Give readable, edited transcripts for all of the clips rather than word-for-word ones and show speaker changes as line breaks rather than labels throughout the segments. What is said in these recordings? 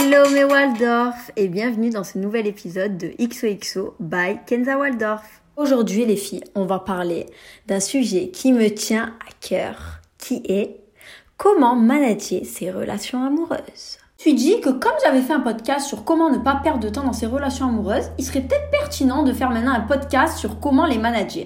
Hello mes Waldorf et bienvenue dans ce nouvel épisode de XOXO by Kenza Waldorf. Aujourd'hui les filles, on va parler d'un sujet qui me tient à cœur, qui est comment manager ses relations amoureuses. Je me suis dit que comme j'avais fait un podcast sur comment ne pas perdre de temps dans ses relations amoureuses, il serait peut-être pertinent de faire maintenant un podcast sur comment les manager.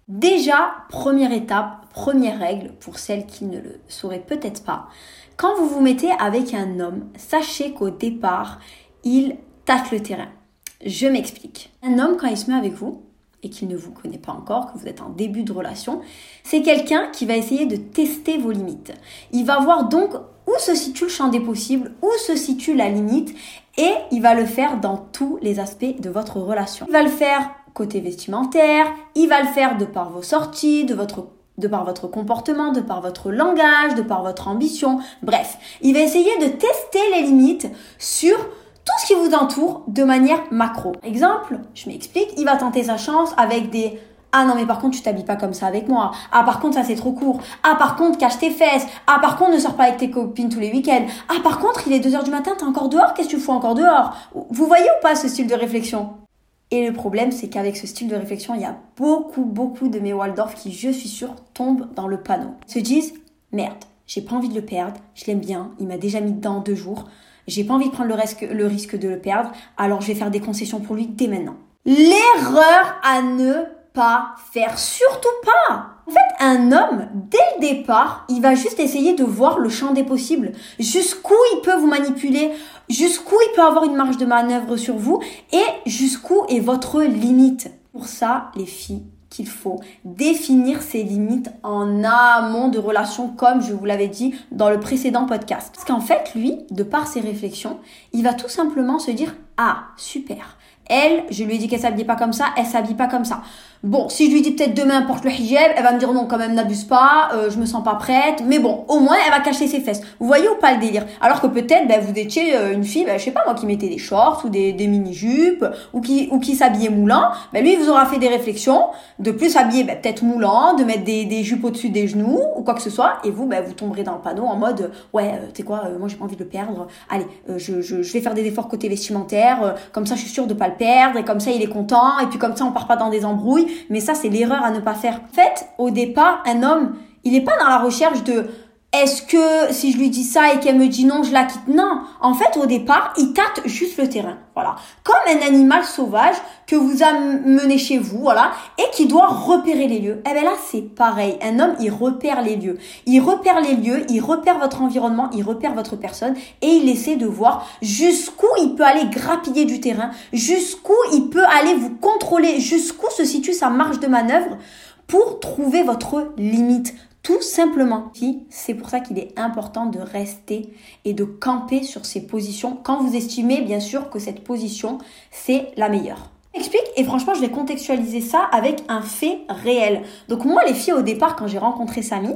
Déjà, première étape, première règle pour celles qui ne le sauraient peut-être pas. Quand vous vous mettez avec un homme, sachez qu'au départ, il tâte le terrain. Je m'explique. Un homme, quand il se met avec vous, et qu'il ne vous connaît pas encore, que vous êtes en début de relation, c'est quelqu'un qui va essayer de tester vos limites. Il va voir donc où se situe le champ des possibles, où se situe la limite, et il va le faire dans tous les aspects de votre relation. Il va le faire côté vestimentaire, il va le faire de par vos sorties, de par votre comportement, de par votre langage, de par votre ambition. Bref, il va essayer de tester les limites sur tout ce qui vous entoure de manière macro. Exemple, je m'explique, il va tenter sa chance avec des « Ah non mais par contre tu t'habilles pas comme ça avec moi. Ah par contre ça c'est trop court. Ah par contre cache tes fesses. Ah par contre ne sors pas avec tes copines tous les week-ends. Ah par contre il est 2h du matin, t'es encore dehors, qu'est-ce que tu fous encore dehors ?» Vous voyez ou pas ce style de réflexion ? Et le problème, c'est qu'avec ce style de réflexion, il y a beaucoup de mes Waldorf qui, je suis sûre, tombent dans le panneau. Se disent, merde, j'ai pas envie de le perdre, je l'aime bien, il m'a déjà mis dedans en 2 jours, j'ai pas envie de prendre le risque de le perdre, alors je vais faire des concessions pour lui dès maintenant. L'erreur à ne pas faire, surtout pas. En fait, un homme, dès le départ, il va juste essayer de voir le champ des possibles, jusqu'où il peut vous manipuler, jusqu'où il peut avoir une marge de manœuvre sur vous et jusqu'où est votre limite. Pour ça, les filles, qu'il faut définir ses limites en amont de relations, comme je vous l'avais dit dans le précédent podcast. Parce qu'en fait, lui, de par ses réflexions, il va tout simplement se dire « Ah, super !» Elle, je lui ai dit qu'elle s'habillait pas comme ça, elle s'habille pas comme ça. Bon, si je lui dis peut-être demain porte le hijab, elle va me dire non quand même n'abuse pas, je me sens pas prête, mais bon, au moins elle va cacher ses fesses. Vous voyez ou pas le délire? Alors que peut-être vous étiez une fille, je sais pas moi, qui mettait des shorts ou des mini-jupes ou qui s'habillait moulant, lui il vous aura fait des réflexions de plus s'habiller peut-être moulant, de mettre des jupes au-dessus des genoux ou quoi que ce soit, et vous vous tomberez dans le panneau en mode ouais, tu sais quoi, moi j'ai pas envie de le perdre. Allez, je vais faire des efforts côté vestimentaire, comme ça je suis sûre de pas le perdre et comme ça il est content et puis comme ça on part pas dans des embrouilles. Mais ça c'est l'erreur à ne pas faire. En fait, au départ, un homme, il est pas dans la recherche de est-ce que si je lui dis ça et qu'elle me dit non, je la quitte. Non, en fait au départ, il tâte juste le terrain. Voilà, comme un animal sauvage que vous amenez chez vous, voilà, et qui doit repérer les lieux. Eh ben là, c'est pareil. Un homme, il repère les lieux. Il repère les lieux, il repère votre environnement, il repère votre personne et il essaie de voir jusqu'où il peut aller grappiller du terrain, jusqu'où il peut aller vous contrôler, jusqu'où se situe sa marge de manœuvre pour trouver votre limite. Tout simplement. C'est pour ça qu'il est important de rester et de camper sur ses positions quand vous estimez bien sûr que cette position c'est la meilleure. J'explique et franchement je vais contextualiser ça avec un fait réel. Donc moi les filles au départ quand j'ai rencontré Samy,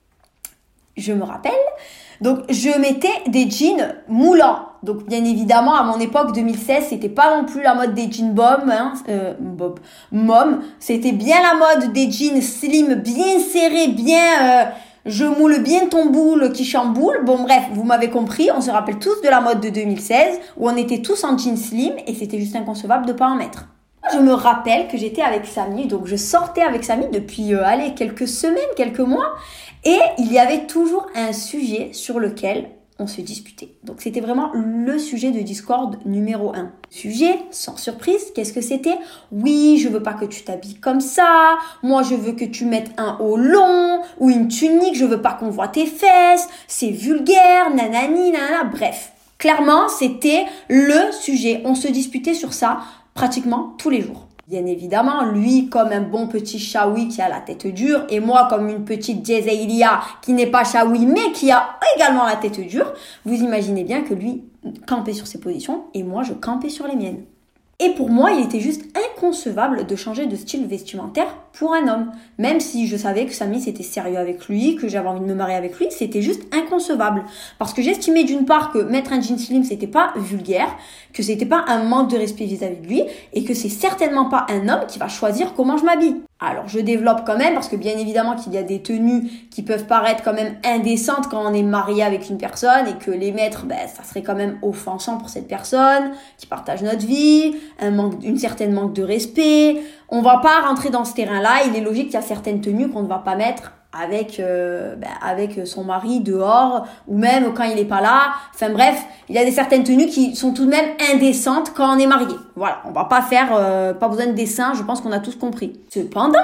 je me rappelle, donc je mettais des jeans moulants. Donc bien évidemment à mon époque 2016 c'était pas non plus la mode des jeans mom, c'était bien la mode des jeans slim bien serrés, bien je moule bien ton boule qui chamboule. Bon bref, vous m'avez compris, on se rappelle tous de la mode de 2016 où on était tous en jeans slim et c'était juste inconcevable de pas en mettre. Je me rappelle que j'étais avec Samy, donc je sortais avec Samy depuis quelques semaines, quelques mois, et il y avait toujours un sujet sur lequel on se disputait. Donc c'était vraiment le sujet de discorde numéro 1. Sujet, sans surprise, qu'est-ce que c'était? Oui, je veux pas que tu t'habilles comme ça. Moi, je veux que tu mettes un haut long ou une tunique. Je veux pas qu'on voit tes fesses. C'est vulgaire, nanani, nanana. Bref, clairement, c'était le sujet. On se disputait sur ça pratiquement tous les jours. Bien évidemment, lui comme un bon petit chaoui qui a la tête dure et moi comme une petite Jezailia qui n'est pas chaoui mais qui a également la tête dure, vous imaginez bien que lui campait sur ses positions et moi je campais sur les miennes. Et pour moi, il était juste inconcevable de changer de style vestimentaire pour un homme. Même si je savais que Samy c'était sérieux avec lui, que j'avais envie de me marier avec lui, c'était juste inconcevable. Parce que j'estimais d'une part que mettre un jean slim c'était pas vulgaire, que c'était pas un manque de respect vis-à-vis de lui, et que c'est certainement pas un homme qui va choisir comment je m'habille. Alors je développe quand même, parce que bien évidemment qu'il y a des tenues qui peuvent paraître quand même indécentes quand on est marié avec une personne, et que les mettre, ça serait quand même offensant pour cette personne qui partage notre vie, une certaine manque de respect. On va pas rentrer dans ce terrain-là. Il est logique qu'il y a certaines tenues qu'on ne va pas mettre avec son mari dehors, ou même quand il est pas là. Enfin bref, il y a certaines tenues qui sont tout de même indécentes quand on est marié. Voilà, on va pas faire pas besoin de dessin, je pense qu'on a tous compris. Cependant,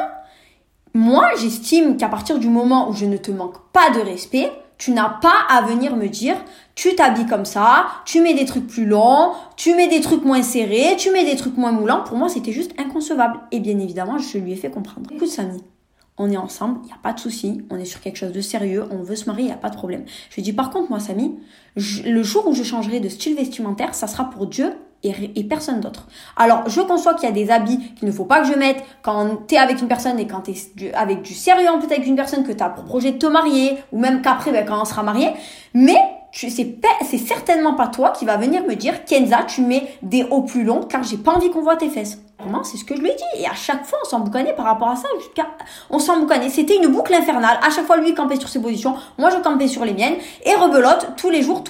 moi j'estime qu'à partir du moment où je ne te manque pas de respect, tu n'as pas à venir me dire tu t'habilles comme ça, tu mets des trucs plus longs, tu mets des trucs moins serrés, tu mets des trucs moins moulants. Pour moi, c'était juste inconcevable. Et bien évidemment, je lui ai fait comprendre. Écoute Samy, on est ensemble, il n'y a pas de souci, on est sur quelque chose de sérieux, on veut se marier, il n'y a pas de problème. Je lui ai dit par contre, moi Samy, le jour où je changerai de style vestimentaire, ça sera pour Dieu et personne d'autre. Alors, je conçois qu'il y a des habits qu'il ne faut pas que je mette quand t'es avec une personne et quand t'es avec du sérieux en plus avec une personne que t'as pour projet de te marier, ou même qu'après, quand on sera marié. Mais c'est certainement pas toi qui va venir me dire Kenza, tu mets des hauts plus longs car j'ai pas envie qu'on voit tes fesses. Vraiment, c'est ce que je lui ai dit. Et à chaque fois, on s'emboucanait par rapport à ça. On s'emboucanait. C'était une boucle infernale. À chaque fois, lui campait sur ses positions. Moi, je campais sur les miennes. Et rebelote tous les jours.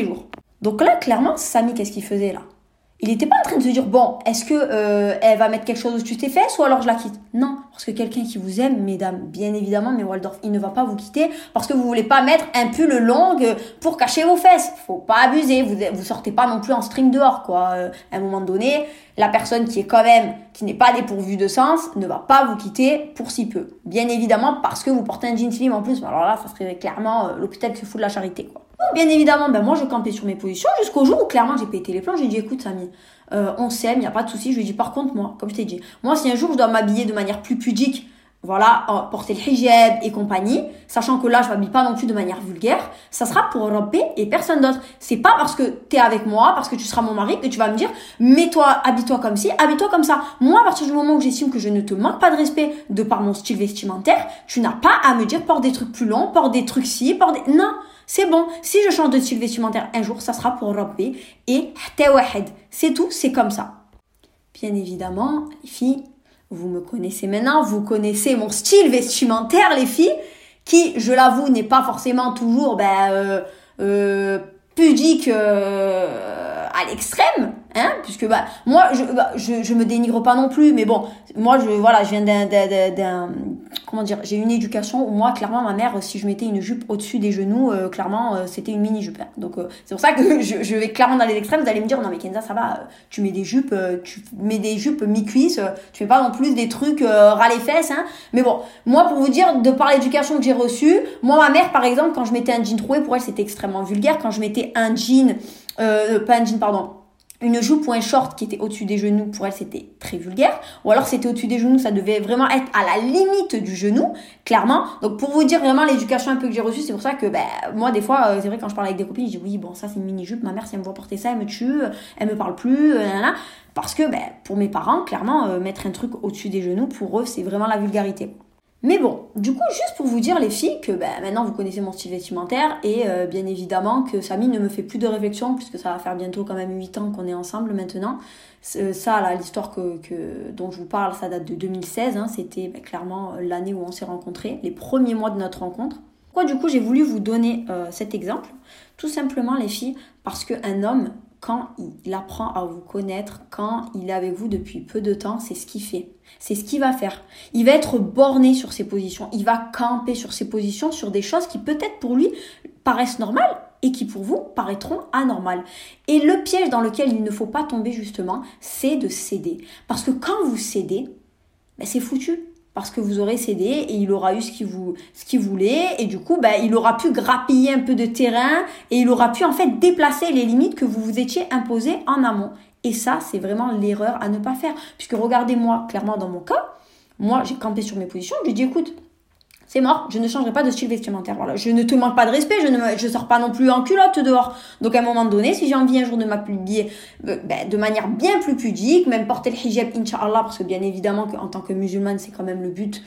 Donc là, clairement, Samy, qu'est-ce qu'il faisait là? Il n'était pas en train de se dire, bon, est-ce que elle va mettre quelque chose au-dessus de tes fesses ou alors je la quitte? Non, parce que quelqu'un qui vous aime, mesdames, bien évidemment, mais Waldorf, il ne va pas vous quitter parce que vous voulez pas mettre un pull long pour cacher vos fesses. Faut pas abuser, vous sortez pas non plus en string dehors, quoi. À un moment donné, la personne qui n'est pas dépourvue de sens, ne va pas vous quitter pour si peu. Bien évidemment, parce que vous portez un jean slim en plus. Alors là, ça serait clairement l'hôpital qui se fout de la charité, quoi. Bien évidemment, moi je campais sur mes positions jusqu'au jour où clairement j'ai pété les plombs. J'ai dit écoute Samy, on s'aime, il n'y a pas de souci. Je lui ai dit par contre moi, comme je t'ai dit, moi si un jour je dois m'habiller de manière plus pudique, voilà, porter le hijab et compagnie, sachant que là je m'habille pas non plus de manière vulgaire, ça sera pour Rabbi et personne d'autre. C'est pas parce que t'es avec moi, parce que tu seras mon mari que tu vas me dire mets-toi, habille-toi comme ci, habille-toi comme ça. Moi à partir du moment où j'estime que je ne te manque pas de respect de par mon style vestimentaire, tu n'as pas à me dire porte des trucs plus longs, porte des trucs ci, non. C'est bon, si je change de style vestimentaire un jour, ça sera pour Rabbi et hatta wahed. C'est tout, c'est comme ça. Bien évidemment, les filles, vous me connaissez maintenant, vous connaissez mon style vestimentaire, les filles, qui, je l'avoue, n'est pas forcément toujours pudique à l'extrême, hein, puisque moi je me dénigre pas non plus, mais bon, moi je viens d'un comment dire, j'ai une éducation où moi clairement ma mère, si je mettais une jupe au-dessus des genoux, clairement c'était une mini jupe, hein. Donc c'est pour ça que je vais clairement dans les extrêmes. Vous allez me dire non mais Kenza ça va, tu mets des jupes mi-cuisse, tu mets pas non plus des trucs ras les fesses, hein. Mais bon, moi pour vous dire de par l'éducation que j'ai reçue, moi ma mère par exemple quand je mettais un jean troué, pour elle c'était extrêmement vulgaire. Quand je mettais un jean une jupe ou un short qui était au-dessus des genoux, pour elle c'était très vulgaire, ou alors c'était au-dessus des genoux, ça devait vraiment être à la limite du genou, clairement. Donc pour vous dire vraiment l'éducation un peu que j'ai reçue, c'est pour ça que moi des fois, c'est vrai quand je parle avec des copines, je dis oui bon ça c'est une mini-jupe, ma mère si elle me voit porter ça, elle me tue, elle me parle plus, parce que pour mes parents, clairement, mettre un truc au-dessus des genoux, pour eux c'est vraiment la vulgarité. Mais bon, du coup, juste pour vous dire les filles que maintenant vous connaissez mon style vestimentaire et bien évidemment que Samy ne me fait plus de réflexion puisque ça va faire bientôt quand même 8 ans qu'on est ensemble maintenant. Ça, là, l'histoire dont je vous parle, ça date de 2016, hein, c'était clairement l'année où on s'est rencontrés, les premiers mois de notre rencontre. Pourquoi du coup j'ai voulu vous donner cet exemple? Tout simplement les filles, parce qu'un homme, quand il apprend à vous connaître, quand il est avec vous depuis peu de temps, c'est ce qu'il fait. C'est ce qu'il va faire. Il va être borné sur ses positions. Il va camper sur ses positions, sur des choses qui peut-être pour lui paraissent normales et qui pour vous paraîtront anormales. Et le piège dans lequel il ne faut pas tomber justement, c'est de céder. Parce que quand vous cédez, c'est foutu. Parce que vous aurez cédé et il aura eu ce qu'il voulait et du coup il aura pu grappiller un peu de terrain et il aura pu en fait déplacer les limites que vous vous étiez imposées en amont. Et ça c'est vraiment l'erreur à ne pas faire, puisque regardez-moi clairement dans mon cas, moi j'ai campé sur mes positions, je lui ai dit écoute C'est mort, je ne changerai pas de style vestimentaire. Voilà, je ne te manque pas de respect, je sors pas non plus en culotte dehors. Donc à un moment donné, si j'ai envie un jour de m'habiller de manière bien plus pudique, même porter le hijab, Inch'Allah, parce que bien évidemment qu'en tant que musulmane, c'est quand même le but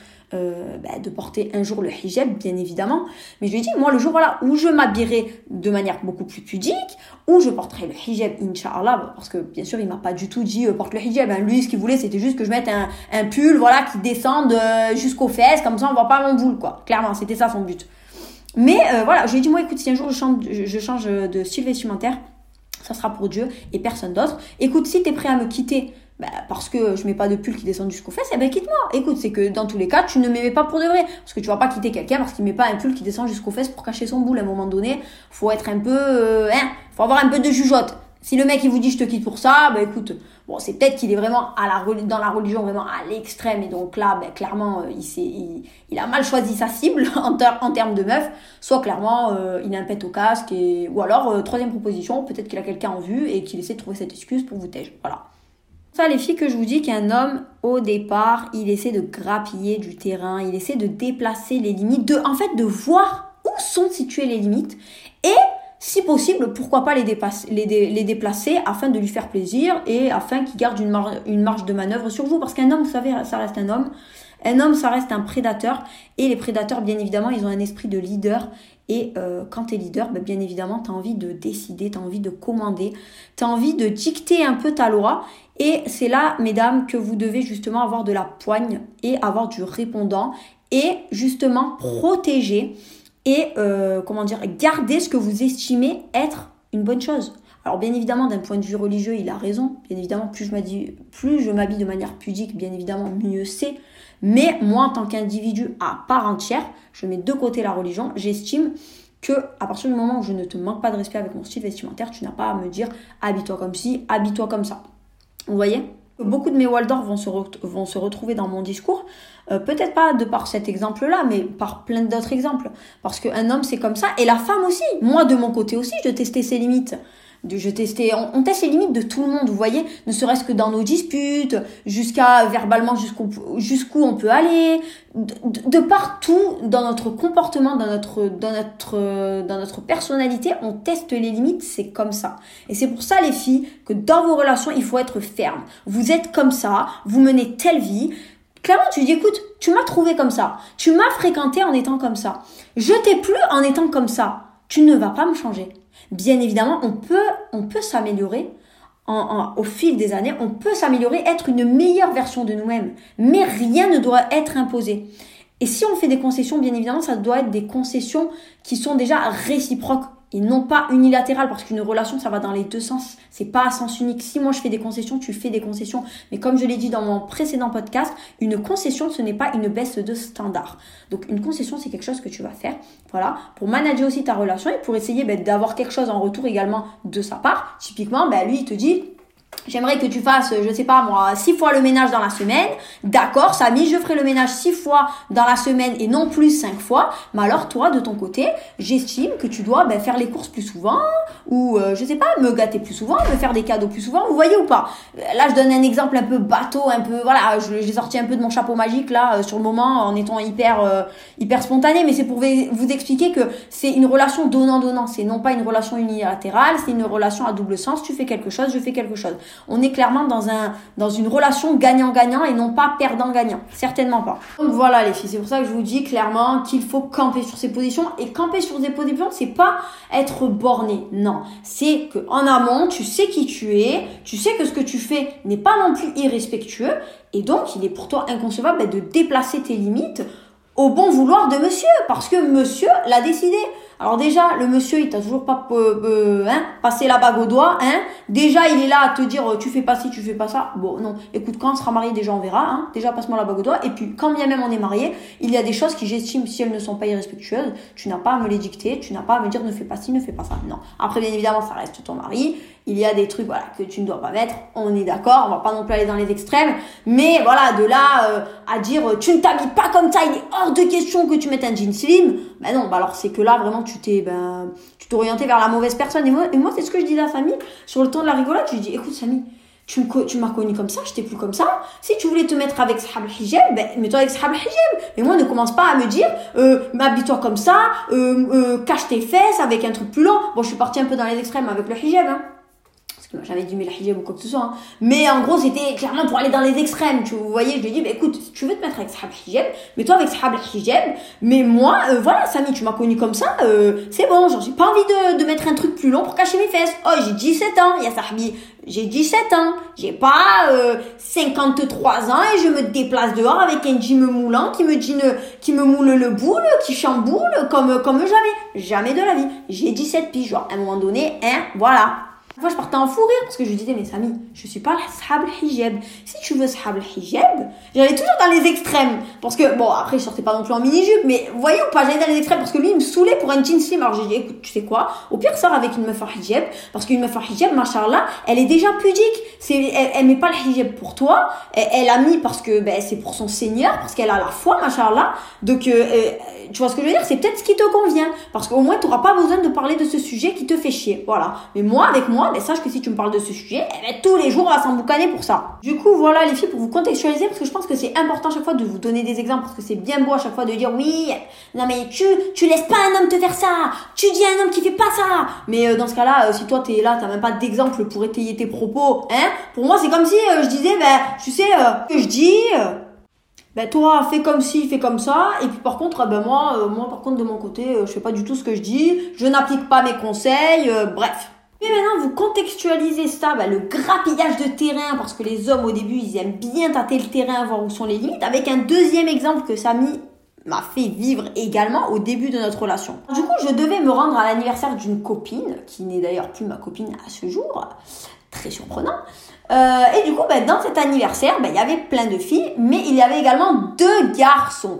de porter un jour le hijab, bien évidemment. Mais je lui ai dit, moi, le jour où je m'habillerai de manière beaucoup plus pudique, où je porterai le hijab, Inch'Allah, parce que bien sûr, il m'a pas du tout dit porte le hijab. Hein. Lui, ce qu'il voulait, c'était juste que je mette un pull, voilà, qui descende jusqu'aux fesses, comme ça, on voit pas mon boule, quoi. Clairement, c'était ça son but. Mais voilà, je lui ai dit, moi, écoute, si un jour je change de style vestimentaire, ça sera pour Dieu et personne d'autre. Écoute, si t'es prêt à me quitter, parce que je mets pas de pull qui descend jusqu'aux fesses, quitte-moi. Écoute, c'est que dans tous les cas, tu ne m'aimais pas pour de vrai. Parce que tu vas pas quitter quelqu'un parce qu'il met pas un pull qui descend jusqu'aux fesses pour cacher son boule. À un moment donné, faut être un peu, faut avoir un peu de jugeote. Si le mec, il vous dit, je te quitte pour ça, écoute, bon, c'est peut-être qu'il est vraiment dans la religion, vraiment à l'extrême. Et donc là, clairement, il a mal choisi sa cible en termes de meuf. Soit clairement, il a un pet au casque ou alors, troisième proposition, peut-être qu'il a quelqu'un en vue et qu'il essaie de trouver cette excuse pour vous tège. Voilà. Ça, les filles, que je vous dis qu'un homme, au départ, il essaie de grappiller du terrain, il essaie de déplacer les limites, de voir où sont situées les limites et, si possible, pourquoi pas les déplacer afin de lui faire plaisir et afin qu'il garde une marge de manœuvre sur vous. Parce qu'un homme, vous savez, ça reste un homme. Un homme, ça reste un prédateur. Et les prédateurs, bien évidemment, ils ont un esprit de leader. Et quand tu es leader, bien évidemment, tu as envie de décider, tu as envie de commander, tu as envie de dicter un peu ta loi. Et c'est là, mesdames, que vous devez justement avoir de la poigne et avoir du répondant et justement protéger et garder ce que vous estimez être une bonne chose. Alors bien évidemment, d'un point de vue religieux, il a raison. Bien évidemment, plus je m'habille de manière pudique, bien évidemment, mieux c'est. Mais moi, en tant qu'individu à part entière, je mets de côté la religion. J'estime que à partir du moment où je ne te manque pas de respect avec mon style vestimentaire, tu n'as pas à me dire habille-toi comme ci, habille-toi comme ça. Vous voyez ? Beaucoup de mes Waldorf vont se retrouver dans mon discours, peut-être pas de par cet exemple-là, mais par plein d'autres exemples. Parce qu'un homme, c'est comme ça, et la femme aussi. Moi, de mon côté aussi, je testais ses limites. On teste les limites de tout le monde, vous voyez, ne serait-ce que dans nos disputes, jusqu'à verbalement jusqu'où on peut aller, de partout dans notre comportement, dans notre personnalité, on teste les limites, c'est comme ça. Et c'est pour ça, les filles, que dans vos relations, il faut être ferme. Vous êtes comme ça, vous menez telle vie. Clairement, tu dis, écoute, tu m'as trouvé comme ça, tu m'as fréquenté en étant comme ça, je t'ai plu en étant comme ça, tu ne vas pas me changer. Bien évidemment, on peut s'améliorer au fil des années, on peut s'améliorer, être une meilleure version de nous-mêmes, mais rien ne doit être imposé. Et si on fait des concessions, bien évidemment, ça doit être des concessions qui sont déjà réciproques et non pas unilatérales, parce qu'une relation, ça va dans les deux sens, c'est pas à sens unique. Si moi je fais des concessions, tu fais des concessions, mais comme je l'ai dit dans mon précédent podcast, une concession, ce n'est pas une baisse de standard. Donc une concession, c'est quelque chose que tu vas faire, voilà, pour manager aussi ta relation et pour essayer d'avoir quelque chose en retour également de sa part. Typiquement, lui, il te dit, j'aimerais que tu fasses, je sais pas moi, 6 fois le ménage dans la semaine. D'accord, Samy, je ferai le ménage 6 fois dans la semaine et non plus 5 fois. Mais alors, toi, de ton côté, j'estime que tu dois faire les courses plus souvent ou, je sais pas, me gâter plus souvent, me faire des cadeaux plus souvent. Vous voyez ou pas? Là, je donne un exemple un peu bateau, un peu, voilà, j'ai sorti un peu de mon chapeau magique là, sur le moment, en étant hyper spontané. Mais c'est pour vous expliquer que c'est une relation donnant-donnant. C'est non pas une relation unilatérale, c'est une relation à double sens. Tu fais quelque chose, je fais quelque chose. On est clairement dans une relation gagnant-gagnant et non pas perdant-gagnant. Certainement pas. Donc voilà les filles, c'est pour ça que je vous dis clairement qu'il faut camper sur ses positions. Et camper sur ses positions, c'est pas être borné. Non. C'est que en amont, tu sais qui tu es, tu sais que ce que tu fais n'est pas non plus irrespectueux. Et donc, il est pour toi inconcevable de déplacer tes limites au bon vouloir de monsieur. Parce que monsieur l'a décidé. Alors déjà, le monsieur, il t'a toujours pas passé la bague au doigt. Déjà, il est là à te dire, tu fais pas ci, tu fais pas ça. Bon, non. Écoute, quand on sera marié, déjà, on verra. Déjà, passe-moi la bague au doigt. Et puis, quand bien même on est marié, il y a des choses qui, j'estime, si elles ne sont pas irrespectueuses, tu n'as pas à me les dicter. Tu n'as pas à me dire, ne fais pas ci, ne fais pas ça. Non. Après, bien évidemment, ça reste ton mari. Il y a des trucs, voilà, que tu ne dois pas mettre. On est d'accord. On va pas non plus aller dans les extrêmes. Mais voilà, de là à dire, tu ne t'habilles pas comme ça, il est hors de question que tu mettes un jean slim. Non. Alors, c'est que là, vraiment, tu t'es orienté vers la mauvaise personne. Et moi, c'est ce que je dis à Samy sur le ton de la rigolade. Je lui dis, écoute, Samy, Tu m'as connu comme ça, je t'ai plus comme ça. Si tu voulais te mettre avec Sahab al-Hijab, ben, mets-toi avec Sahab al-Hijab. Mais moi, ne commence pas à me dire, habille-toi comme ça, cache tes fesses avec un truc plus long. Bon, je suis partie un peu dans les extrêmes avec le hijab, hein. Il m'a jamais dit mais le hijab ou quoi que ce soit, hein. Mais en gros c'était clairement pour aller dans les extrêmes, tu voyais. Je lui ai dit bah écoute, si tu veux te mettre avec Sahab hijab, mets-toi avec Sahab hijab, mais moi voilà Samy, tu m'as connu comme ça, c'est bon, genre j'ai pas envie de mettre un truc plus long pour cacher mes fesses. Oh, j'ai 17 ans, il y a Sahabi, j'ai 17 ans, j'ai pas 53 ans et je me déplace dehors avec un jean moulant qui me moule le boule, qui chamboule comme jamais de la vie. J'ai 17 piges, genre à un moment donné, hein, voilà. Moi, je partais en fou rire parce que je lui disais, mais Samy, je suis pas Sahab al-Hijab. Si tu veux Sahab al-Hijab, j'allais toujours dans les extrêmes. Parce que, bon, après, je sortais pas non plus en mini-jupe, mais vous voyez ou pas, j'allais dans les extrêmes parce que lui, il me saoulait pour un jean slim. Alors, j'ai dit, écoute, tu sais quoi? Au pire, sors avec une meuf en hijab. Parce qu'une meuf en hijab, machallah, elle est déjà pudique. Elle met pas le hijab pour toi. Elle a mis parce que, ben, c'est pour son Seigneur, parce qu'elle a la foi, machallah. Donc, tu vois ce que je veux dire? C'est peut-être ce qui te convient. Parce qu'au moins, t'auras pas besoin de parler de ce sujet qui te fait chier. Voilà. Mais moi, avec moi, mais sache que si tu me parles de ce sujet, tous les jours, on va s'emboucaner pour ça. Du coup, voilà les filles, pour vous contextualiser, parce que je pense que c'est important à chaque fois de vous donner des exemples, parce que c'est bien beau à chaque fois de dire oui, non mais tu laisses pas un homme te faire ça, tu dis à un homme qui fait pas ça. Mais dans ce cas-là, si toi t'es là, t'as même pas d'exemple pour étayer tes propos, hein. Pour moi, c'est comme si je disais, tu sais, que je dis... toi, fais comme ci, fais comme ça. Et puis par contre, moi par contre de mon côté, je fais pas du tout ce que je dis. Je n'applique pas mes conseils. Bref. Mais maintenant, vous contextualisez ça, le grappillage de terrain, parce que les hommes au début, ils aiment bien tâter le terrain, voir où sont les limites, avec un deuxième exemple que Samy m'a fait vivre également au début de notre relation. Du coup, je devais me rendre à l'anniversaire d'une copine, qui n'est d'ailleurs plus ma copine à ce jour. Très surprenant. Et du coup, dans cet anniversaire, il y avait plein de filles, mais il y avait également 2 garçons.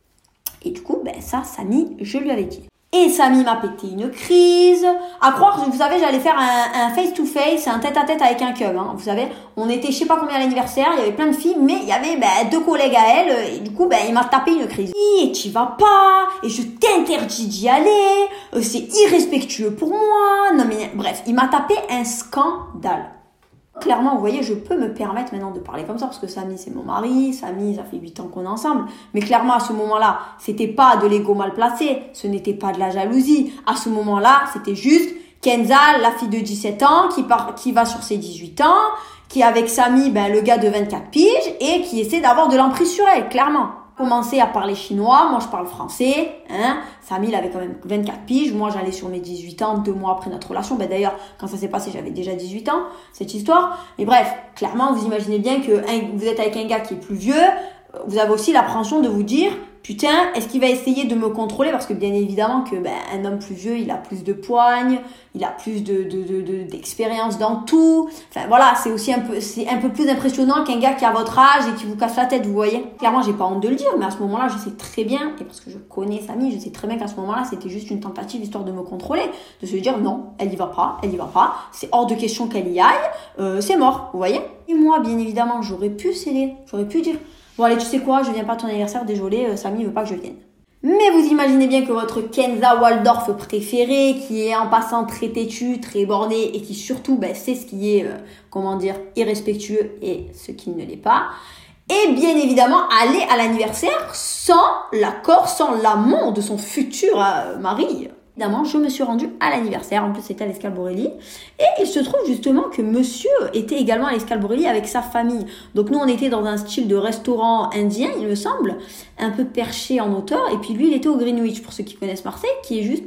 Et du coup, ça, Samy, je lui avais dit. Et Samy m'a pété une crise. À croire, vous savez, j'allais faire un face-to-face, un tête-à-tête avec un cum. Hein. Vous savez, on était je sais pas combien à l'anniversaire, il y avait plein de filles, mais il y avait 2 collègues à elle. Et du coup, il m'a tapé une crise. Et tu vas pas, et je t'interdis d'y aller, c'est irrespectueux pour moi. Non mais bref, il m'a tapé un scandale. Clairement, vous voyez, je peux me permettre maintenant de parler comme ça parce que Samy, c'est mon mari. Samy, ça fait 8 ans qu'on est ensemble. Mais clairement, à ce moment-là, c'était pas de l'ego mal placé. Ce n'était pas de la jalousie. À ce moment-là, c'était juste Kenza, la fille de 17 ans, qui va sur ses 18 ans, qui est avec Samy, le gars de 24 piges, et qui essaie d'avoir de l'emprise sur elle, clairement. Commencé à parler chinois, moi je parle français, hein. Samy, il avait quand même 24 piges, moi j'allais sur mes 18 ans, 2 mois après notre relation. D'ailleurs, quand ça s'est passé, j'avais déjà 18 ans, cette histoire. Mais bref, clairement, vous imaginez bien que vous êtes avec un gars qui est plus vieux, vous avez aussi l'appréhension de vous dire, putain, est-ce qu'il va essayer de me contrôler? Parce que bien évidemment que un homme plus vieux, il a plus de poignes, il a plus d'expérience dans tout. Enfin voilà, c'est un peu plus impressionnant qu'un gars qui a votre âge et qui vous casse la tête, vous voyez. Clairement, j'ai pas honte de le dire, mais à ce moment-là, je sais très bien, et parce que je connais Samy, je sais très bien qu'à ce moment-là, c'était juste une tentative histoire de me contrôler, de se dire non, elle y va pas, c'est hors de question qu'elle y aille, c'est mort, vous voyez. Et moi, bien évidemment, j'aurais pu céder, j'aurais pu dire bon allez, tu sais quoi, je viens pas à ton anniversaire, désolé, Samy veut pas que je vienne. Mais vous imaginez bien que votre Kenza Waldorf préféré, qui est en passant très têtu, très borné, et qui surtout sait ce qui est, irrespectueux et ce qui ne l'est pas, et bien évidemment aller à l'anniversaire sans l'accord, sans l'amour de son futur mari. Évidemment, je me suis rendue à l'anniversaire. En plus, c'était à l'Escale Borelli. Et il se trouve justement que monsieur était également à l'Escale Borelli avec sa famille. Donc nous, on était dans un style de restaurant indien, il me semble, un peu perché en hauteur. Et puis lui, il était au Greenwich, pour ceux qui connaissent Marseille, qui est juste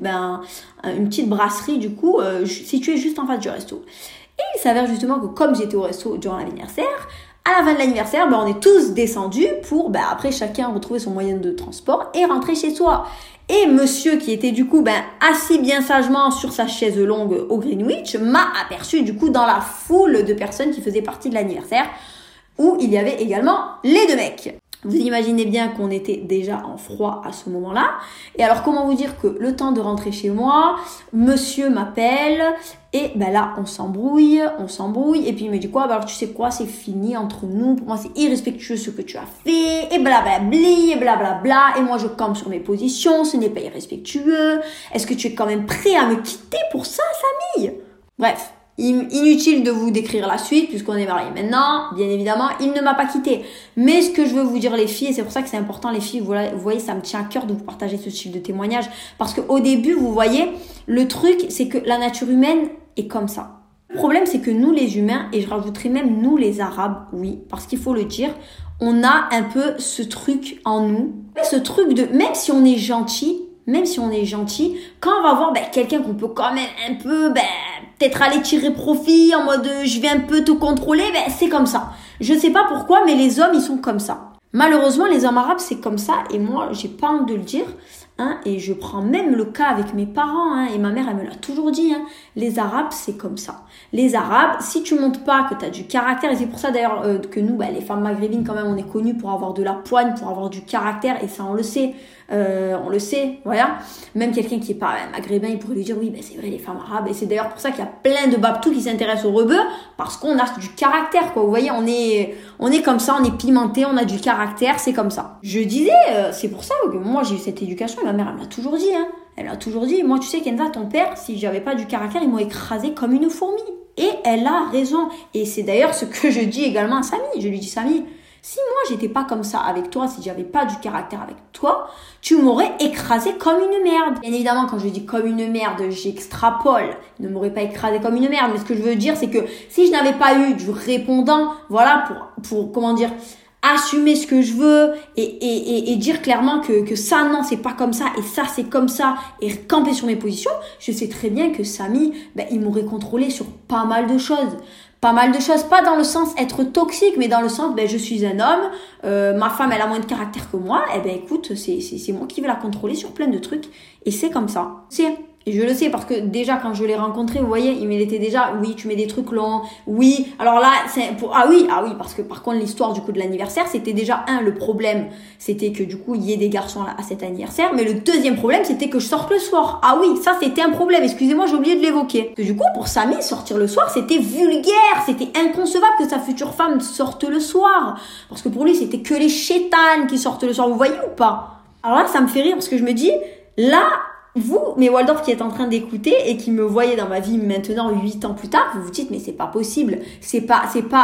une petite brasserie, du coup, située juste en face du resto. Et il s'avère justement que comme j'étais au resto durant l'anniversaire, à la fin de l'anniversaire, on est tous descendus pour, après, chacun retrouver son moyen de transport et rentrer chez soi. Et monsieur qui était du coup assis bien sagement sur sa chaise longue au Greenwich m'a aperçu du coup dans la foule de personnes qui faisaient partie de l'anniversaire où il y avait également les 2 mecs. Vous imaginez bien qu'on était déjà en froid à ce moment-là. Et alors, comment vous dire que le temps de rentrer chez moi, monsieur m'appelle et là, on s'embrouille. Et puis il me dit quoi? Alors, tu sais quoi, c'est fini entre nous. Pour moi, c'est irrespectueux ce que tu as fait. Et blablabli, et blablabla. Et moi, je campe sur mes positions. Ce n'est pas irrespectueux. Est-ce que tu es quand même prêt à me quitter pour ça, Samy? Bref. Inutile de vous décrire la suite puisqu'on est mariés maintenant. Bien évidemment, il ne m'a pas quitté. Mais ce que je veux vous dire les filles, et c'est pour ça que c'est important les filles, vous voyez, ça me tient à cœur de vous partager ce style de témoignage. Parce qu'au début, vous voyez, le truc, c'est que la nature humaine est comme ça. Le problème, c'est que nous les humains, et je rajouterai même nous les arabes, oui, parce qu'il faut le dire, on a un peu ce truc en nous. Ce truc de, même si on est gentil, quand on va voir quelqu'un qu'on peut quand même un peu peut-être aller tirer profit en mode je vais un peu te contrôler, c'est comme ça. Je sais pas pourquoi, mais les hommes ils sont comme ça. Malheureusement, les hommes arabes c'est comme ça et moi j'ai pas honte de le dire. Et je prends même le cas avec mes parents, et ma mère elle me l'a toujours dit, les Arabes c'est comme ça. Les Arabes, si tu montres pas que tu as du caractère, et c'est pour ça d'ailleurs que nous, les femmes maghrébines quand même, on est connues pour avoir de la poigne, pour avoir du caractère, et ça on le sait, voilà. Même quelqu'un qui est pas maghrébin, il pourrait lui dire oui, c'est vrai les femmes arabes, et c'est d'ailleurs pour ça qu'il y a plein de babtous qui s'intéressent au rebeu, parce qu'on a du caractère, quoi. Vous voyez, on est comme ça, on est pimenté, on a du caractère, c'est comme ça. Je disais, c'est pour ça que moi j'ai eu cette éducation. Ma mère, elle m'a toujours dit, Elle m'a toujours dit, moi, tu sais, Kenza, ton père, si j'avais pas du caractère, il m'aurait écrasé comme une fourmi. Et elle a raison. Et c'est d'ailleurs ce que je dis également à Samy. Je lui dis, Samy, si moi, j'étais pas comme ça avec toi, si j'avais pas du caractère avec toi, tu m'aurais écrasé comme une merde. Bien évidemment, quand je dis comme une merde, j'extrapole. Il ne m'aurait pas écrasé comme une merde. Mais ce que je veux dire, c'est que si je n'avais pas eu du répondant, voilà, pour comment dire, assumer ce que je veux et dire clairement que ça non c'est pas comme ça et ça c'est comme ça et camper sur mes positions, je sais très bien que Samy il m'aurait contrôlé sur pas mal de choses, pas dans le sens être toxique mais dans le sens je suis un homme, ma femme elle a moins de caractère que moi, écoute c'est moi qui vais la contrôler sur plein de trucs et c'est comme ça, et je le sais parce que déjà quand je l'ai rencontré, vous voyez, il m'était déjà, oui, tu mets des trucs longs, oui. Alors là, ah oui, parce que par contre l'histoire du coup de l'anniversaire, c'était déjà le problème, c'était que du coup il y ait des garçons là à cet anniversaire, mais le deuxième problème c'était que je sorte le soir. Ah oui, ça c'était un problème. Excusez-moi, j'ai oublié de l'évoquer. Parce que du coup pour Samy, sortir le soir c'était vulgaire, c'était inconcevable que sa future femme sorte le soir, parce que pour lui c'était que les chétanes qui sortent le soir. Vous voyez ou pas? Alors là, ça me fait rire parce que je me dis là. Vous, mes Waldorf qui êtes en train d'écouter et qui me voyez dans ma vie maintenant 8 ans plus tard, vous vous dites mais c'est pas possible, c'est pas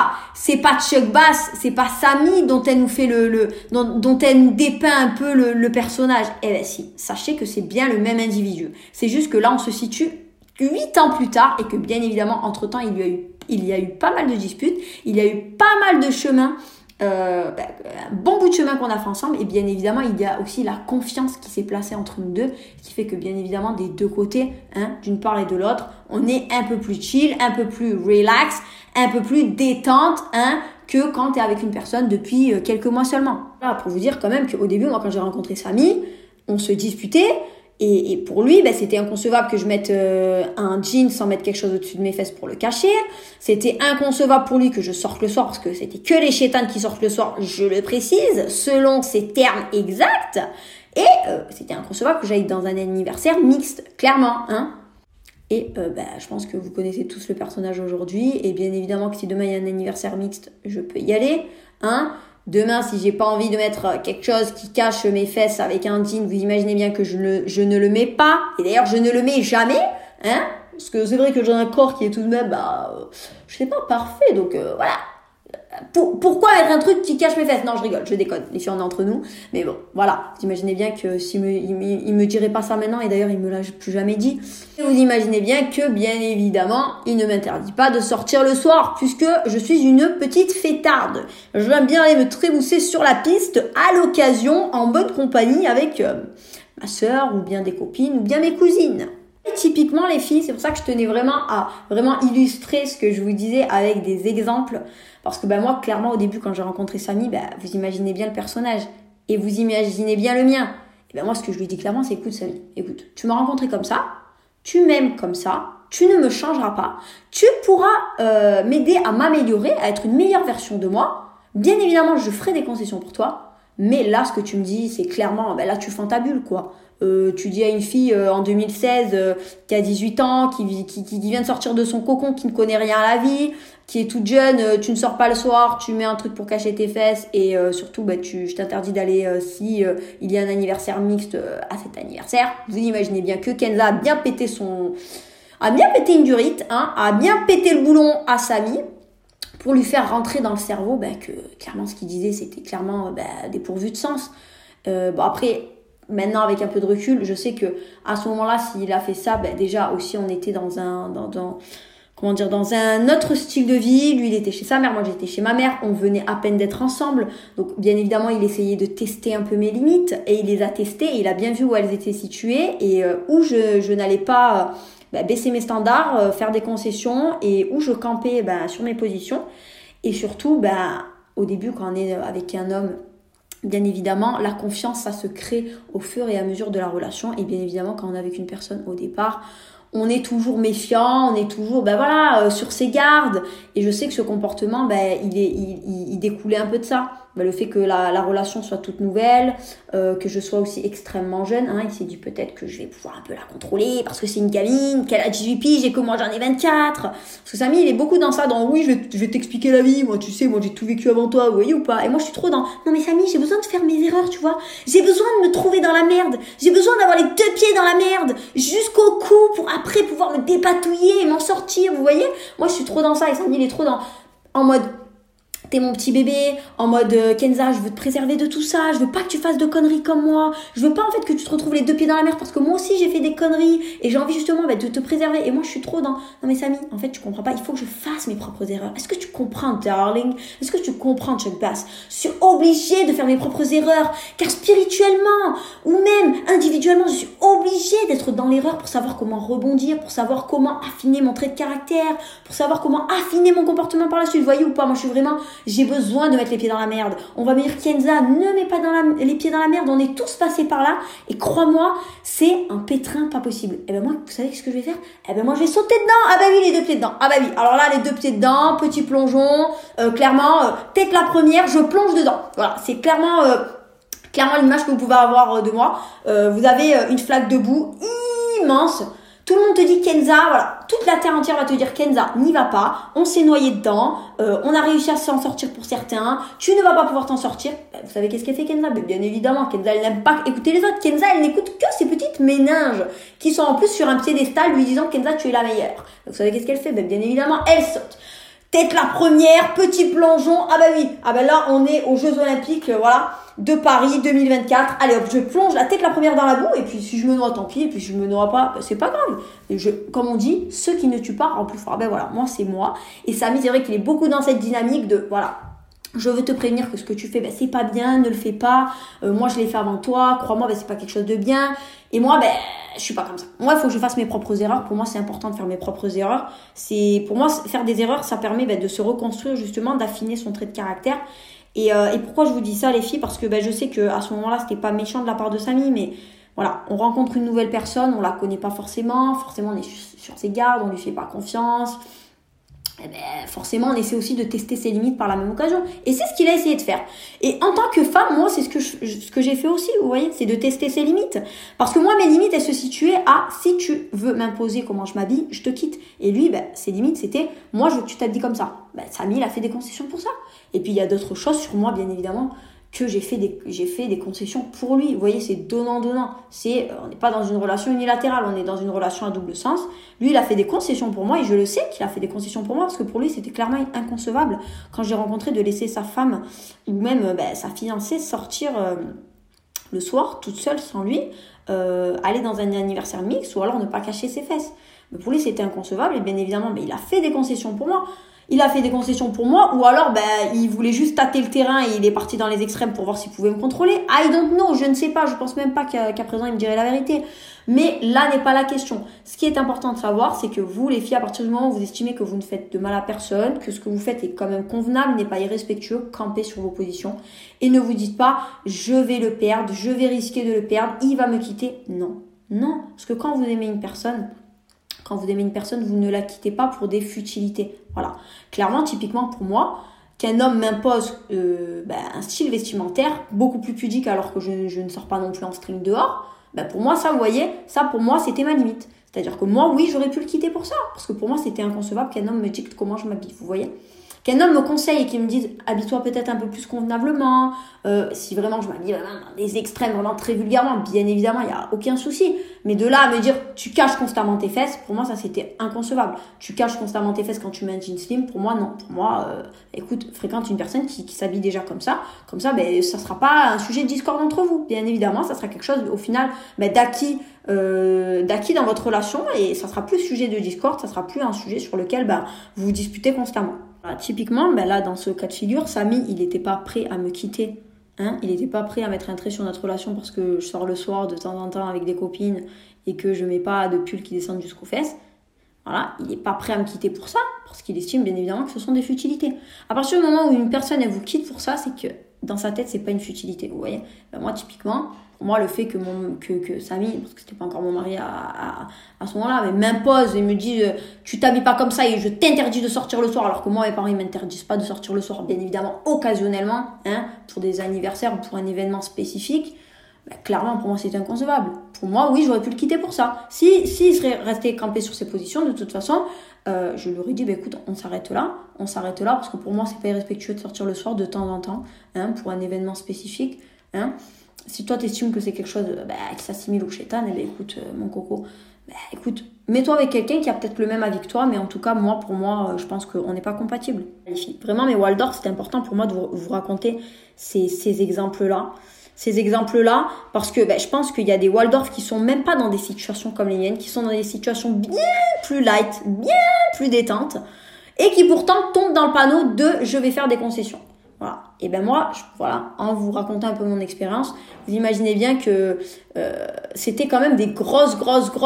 Chuck Bass, c'est pas Samy dont elle nous fait dont elle nous dépeint un peu le personnage. Si, sachez que c'est bien le même individu. C'est juste que là on se situe 8 ans plus tard et que bien évidemment entre-temps il y a eu pas mal de disputes, il y a eu pas mal de chemins. Un bon bout de chemin qu'on a fait ensemble et bien évidemment il y a aussi la confiance qui s'est placée entre nous deux, ce qui fait que bien évidemment des deux côtés, d'une part et de l'autre, on est un peu plus chill, un peu plus relax, un peu plus détente que quand tu es avec une personne depuis quelques mois seulement. Là, pour vous dire quand même qu'au début, moi quand j'ai rencontré Samy, on se disputait. Et pour lui, c'était inconcevable que je mette un jean sans mettre quelque chose au-dessus de mes fesses pour le cacher. C'était inconcevable pour lui que je sorte le soir parce que c'était que les chétanes qui sortent le soir, je le précise, selon ses termes exacts. Et c'était inconcevable que j'aille dans un anniversaire mixte, clairement. Et je pense que vous connaissez tous le personnage aujourd'hui. Et bien évidemment que si demain il y a un anniversaire mixte, je peux y aller. Demain, si j'ai pas envie de mettre quelque chose qui cache mes fesses avec un jean, vous imaginez bien que je ne le mets pas. Et d'ailleurs, je ne le mets jamais, parce que c'est vrai que j'ai un corps qui est tout de même, je sais pas, parfait. Donc voilà. Pourquoi mettre un truc qui cache mes fesses? Non, je rigole, je déconne. Les filles, on est entre nous. Mais bon, voilà. Vous imaginez bien que il me dirait pas ça maintenant, et d'ailleurs, il me l'a plus jamais dit. Et vous imaginez bien que, bien évidemment, il ne m'interdit pas de sortir le soir, puisque je suis une petite fêtarde. J'aime bien aller me trémousser sur la piste à l'occasion, en bonne compagnie avec ma sœur, ou bien des copines, ou bien mes cousines. Et typiquement, les filles, c'est pour ça que je tenais vraiment à illustrer ce que je vous disais avec des exemples. Parce que moi, clairement, au début, quand j'ai rencontré Samy, vous imaginez bien le personnage. Et vous imaginez bien le mien. Et moi, ce que je lui dis clairement, c'est écoute, Samy, écoute, tu m'as rencontré comme ça, tu m'aimes comme ça, tu ne me changeras pas, tu pourras m'aider à m'améliorer, à être une meilleure version de moi. Bien évidemment, je ferai des concessions pour toi. Mais là, ce que tu me dis, c'est clairement, là, tu fantabules, quoi. Tu dis à une fille en 2016 qui a 18 ans, qui vient de sortir de son cocon, qui ne connaît rien à la vie, qui est toute jeune, tu ne sors pas le soir, tu mets un truc pour cacher tes fesses et surtout je t'interdis d'aller si il y a un anniversaire mixte à cet anniversaire. Vous imaginez bien que Kenza a bien pété son a bien pété une durite, a bien pété le boulon à Samy pour lui faire rentrer dans le cerveau que clairement ce qu'il disait c'était clairement dépourvu de sens. Après, maintenant avec un peu de recul, je sais que à ce moment-là, s'il a fait ça, déjà aussi on était dans un autre style de vie. Lui, il était chez sa mère, moi j'étais chez ma mère, on venait à peine d'être ensemble. Donc bien évidemment, il essayait de tester un peu mes limites et il les a testées et il a bien vu où elles étaient situées et où je n'allais pas baisser mes standards, faire des concessions et où je campais sur mes positions. Et surtout, au début, quand on est avec un homme, bien évidemment, la confiance, ça se crée au fur et à mesure de la relation. Et bien évidemment, quand on est avec une personne au départ, on est toujours méfiant, on est toujours sur ses gardes. Et je sais que ce comportement, il découlait un peu de ça. Le fait que la relation soit toute nouvelle, que je sois aussi extrêmement jeune, il s'est dit peut-être que je vais pouvoir un peu la contrôler parce que c'est une gamine, qu'elle a 18 piges et que moi j'en ai 24. Parce que Samy, il est beaucoup dans ça, dans oui, je vais t'expliquer la vie, moi tu sais, moi j'ai tout vécu avant toi, vous voyez ou pas. Et moi je suis trop dans, non mais Samy, j'ai besoin de faire mes erreurs, tu vois. J'ai besoin de me trouver dans la merde. J'ai besoin d'avoir les deux pieds dans la merde jusqu'au cou pour après pouvoir me dépatouiller et m'en sortir, vous voyez. Moi je suis trop dans ça et Samy il est trop en mode t'es mon petit bébé, en mode Kenza, je veux te préserver de tout ça, je veux pas que tu fasses de conneries comme moi, je veux pas en fait que tu te retrouves les deux pieds dans la mer parce que moi aussi j'ai fait des conneries et j'ai envie justement de te préserver. Et moi je suis trop dans, non mais Samy, en fait tu comprends pas, il faut que je fasse mes propres erreurs. Est-ce que tu comprends, darling? Est-ce que tu comprends, Chuck Bass? Je suis obligée de faire mes propres erreurs car spirituellement ou même individuellement je suis obligée d'être dans l'erreur pour savoir comment rebondir, pour savoir comment affiner mon trait de caractère, pour savoir comment affiner mon comportement par la suite. Vous voyez ou pas, moi je suis vraiment, j'ai besoin de mettre les pieds dans la merde. On va me dire Kenza, ne mets pas les pieds dans la merde, on est tous passés par là et crois-moi, c'est un pétrin pas possible. Et moi, vous savez ce que je vais faire? Moi je vais sauter dedans. Ah oui, les deux pieds dedans. Ah oui, alors là les deux pieds dedans, petit plongeon, clairement, tête la première, je plonge dedans. Voilà, c'est clairement l'image que vous pouvez avoir de moi. Vous avez une flaque de boue immense. Tout le monde te dit Kenza, voilà, toute la terre entière va te dire Kenza, n'y va pas, on s'est noyé dedans, on a réussi à s'en sortir pour certains, tu ne vas pas pouvoir t'en sortir. Vous savez qu'est-ce qu'elle fait Kenza? Bien évidemment, Kenza elle n'aime pas écouter les autres, Kenza elle n'écoute que ses petites méninges qui sont en plus sur un piédestal lui disant Kenza tu es la meilleure. Vous savez qu'est-ce qu'elle fait? Bien évidemment, elle saute. Tête la première, petit plongeon, oui, là on est aux Jeux Olympiques, de Paris 2024. Allez hop, je plonge la tête la première dans la boue et puis si je me noie tant pis et puis si je me noie pas, c'est pas grave. Et comme on dit, ceux qui ne tuent pas rendent plus fort. Moi c'est moi. Et Samy, c'est vrai qu'il est beaucoup dans cette dynamique de je veux te prévenir que ce que tu fais, c'est pas bien, ne le fais pas. Moi, je l'ai fait avant toi. Crois-moi, c'est pas quelque chose de bien. Et moi, je suis pas comme ça. Moi, il faut que je fasse mes propres erreurs. Pour moi, c'est important de faire mes propres erreurs. Pour moi, faire des erreurs, ça permet de se reconstruire justement, d'affiner son trait de caractère. Et pourquoi je vous dis ça, les filles? Parce que je sais que à ce moment-là, c'était pas méchant de la part de Samy, mais voilà, on rencontre une nouvelle personne, on la connaît pas forcément on est sur ses gardes, on lui fait pas confiance. Forcément, on essaie aussi de tester ses limites par la même occasion. Et c'est ce qu'il a essayé de faire. Et en tant que femme, moi, c'est ce que j'ai fait aussi, vous voyez, c'est de tester ses limites. Parce que moi, mes limites, elles se situaient à, si tu veux m'imposer comment je m'habille, je te quitte. Et lui, ses limites, c'était, moi, je veux que tu t'habilles comme ça. Samy, il a fait des concessions pour ça. Et puis, il y a d'autres choses sur moi, bien évidemment, que j'ai fait des concessions pour lui. Vous voyez, c'est donnant-donnant. On n'est pas dans une relation unilatérale, on est dans une relation à double sens. Lui, il a fait des concessions pour moi et je le sais qu'il a fait des concessions pour moi parce que pour lui, c'était clairement inconcevable quand j'ai rencontré de laisser sa femme ou même sa fiancée sortir le soir toute seule sans lui, aller dans un anniversaire mixte ou alors ne pas cacher ses fesses. Mais pour lui, c'était inconcevable et bien évidemment, il a fait des concessions pour moi. Il a fait des concessions pour moi ou alors il voulait juste tâter le terrain et il est parti dans les extrêmes pour voir s'il pouvait me contrôler. I don't know, je ne sais pas, je pense même pas qu'à présent il me dirait la vérité. Mais là n'est pas la question. Ce qui est important de savoir, c'est que vous les filles, à partir du moment où vous estimez que vous ne faites de mal à personne, que ce que vous faites est quand même convenable, n'est pas irrespectueux, campez sur vos positions et ne vous dites pas je vais le perdre, je vais risquer de le perdre, il va me quitter. Non, parce que quand vous aimez une personne, vous ne la quittez pas pour des futilités. Voilà. Clairement, typiquement pour moi, qu'un homme m'impose un style vestimentaire beaucoup plus pudique alors que je ne sors pas non plus en string dehors, pour moi, ça, vous voyez, ça pour moi, c'était ma limite. C'est-à-dire que moi, oui, j'aurais pu le quitter pour ça. Parce que pour moi, c'était inconcevable qu'un homme me dicte comment je m'habille, vous voyez. Qu'un homme me conseille et qu'il me dise habille-toi peut-être un peu plus convenablement, si vraiment je m'habille vraiment dans des extrêmes, vraiment très vulgairement, bien évidemment, il n'y a aucun souci. Mais de là à me dire tu caches constamment tes fesses, pour moi ça c'était inconcevable. Tu caches constamment tes fesses quand tu mets un jean slim, pour moi non. Pour moi, écoute, fréquente une personne qui s'habille déjà comme ça, ben, ça sera pas un sujet de discorde entre vous. Bien évidemment, ça sera quelque chose au final d'acquis dans votre relation et ça sera plus sujet de discorde, ça sera plus un sujet sur lequel vous vous disputez constamment. Voilà, typiquement, là dans ce cas de figure, Samy, il n'était pas prêt à me quitter. Il n'était pas prêt à mettre un trait sur notre relation parce que je sors le soir de temps en temps avec des copines et que je mets pas de pull qui descendent jusqu'aux fesses. Voilà, il n'est pas prêt à me quitter pour ça parce qu'il estime bien évidemment que ce sont des futilités. À partir du moment où une personne elle vous quitte pour ça, c'est que dans sa tête c'est pas une futilité. Vous voyez, moi typiquement, pour moi le fait que Samy, parce que c'était pas encore mon mari à ce moment-là, mais m'impose et me dit tu t'habilles pas comme ça et je t'interdis de sortir le soir, alors que moi mes parents ils m'interdisent pas de sortir le soir, bien évidemment occasionnellement, pour des anniversaires ou pour un événement spécifique. Clairement, pour moi, c'est inconcevable. Pour moi, oui, j'aurais pu le quitter pour ça. S'il serait resté campé sur ses positions, de toute façon, je lui aurais dit, écoute, on s'arrête là, parce que pour moi, c'est pas irrespectueux de sortir le soir de temps en temps, pour un événement spécifique, Si toi, t'estimes que c'est quelque chose, qui s'assimile au shaitan, écoute, mon coco, écoute, mets-toi avec quelqu'un qui a peut-être le même avis que toi, mais en tout cas, pour moi, je pense qu'on n'est pas compatibles. Vraiment, mais Waldorf, c'est important pour moi de vous raconter ces exemples-là. Parce que je pense qu'il y a des Waldorf qui sont même pas dans des situations comme les miennes, qui sont dans des situations bien plus light, bien plus détentes, et qui pourtant tombent dans le panneau de je vais faire des concessions. Voilà. Et moi, en vous racontant un peu mon expérience, vous imaginez bien que c'était quand même des grosses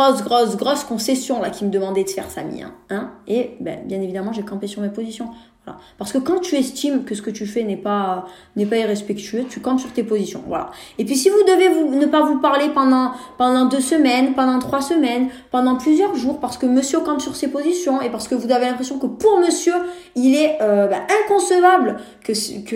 concessions là qui me demandaient de faire Samy. Et bien évidemment, j'ai campé sur mes positions. Voilà. Parce que quand tu estimes que ce que tu fais n'est pas irrespectueux, tu campes sur tes positions. Voilà. Et puis si vous devez ne pas vous parler pendant 2 semaines, pendant 3 semaines, pendant plusieurs jours, parce que monsieur campe sur ses positions et parce que vous avez l'impression que pour monsieur, il est inconcevable que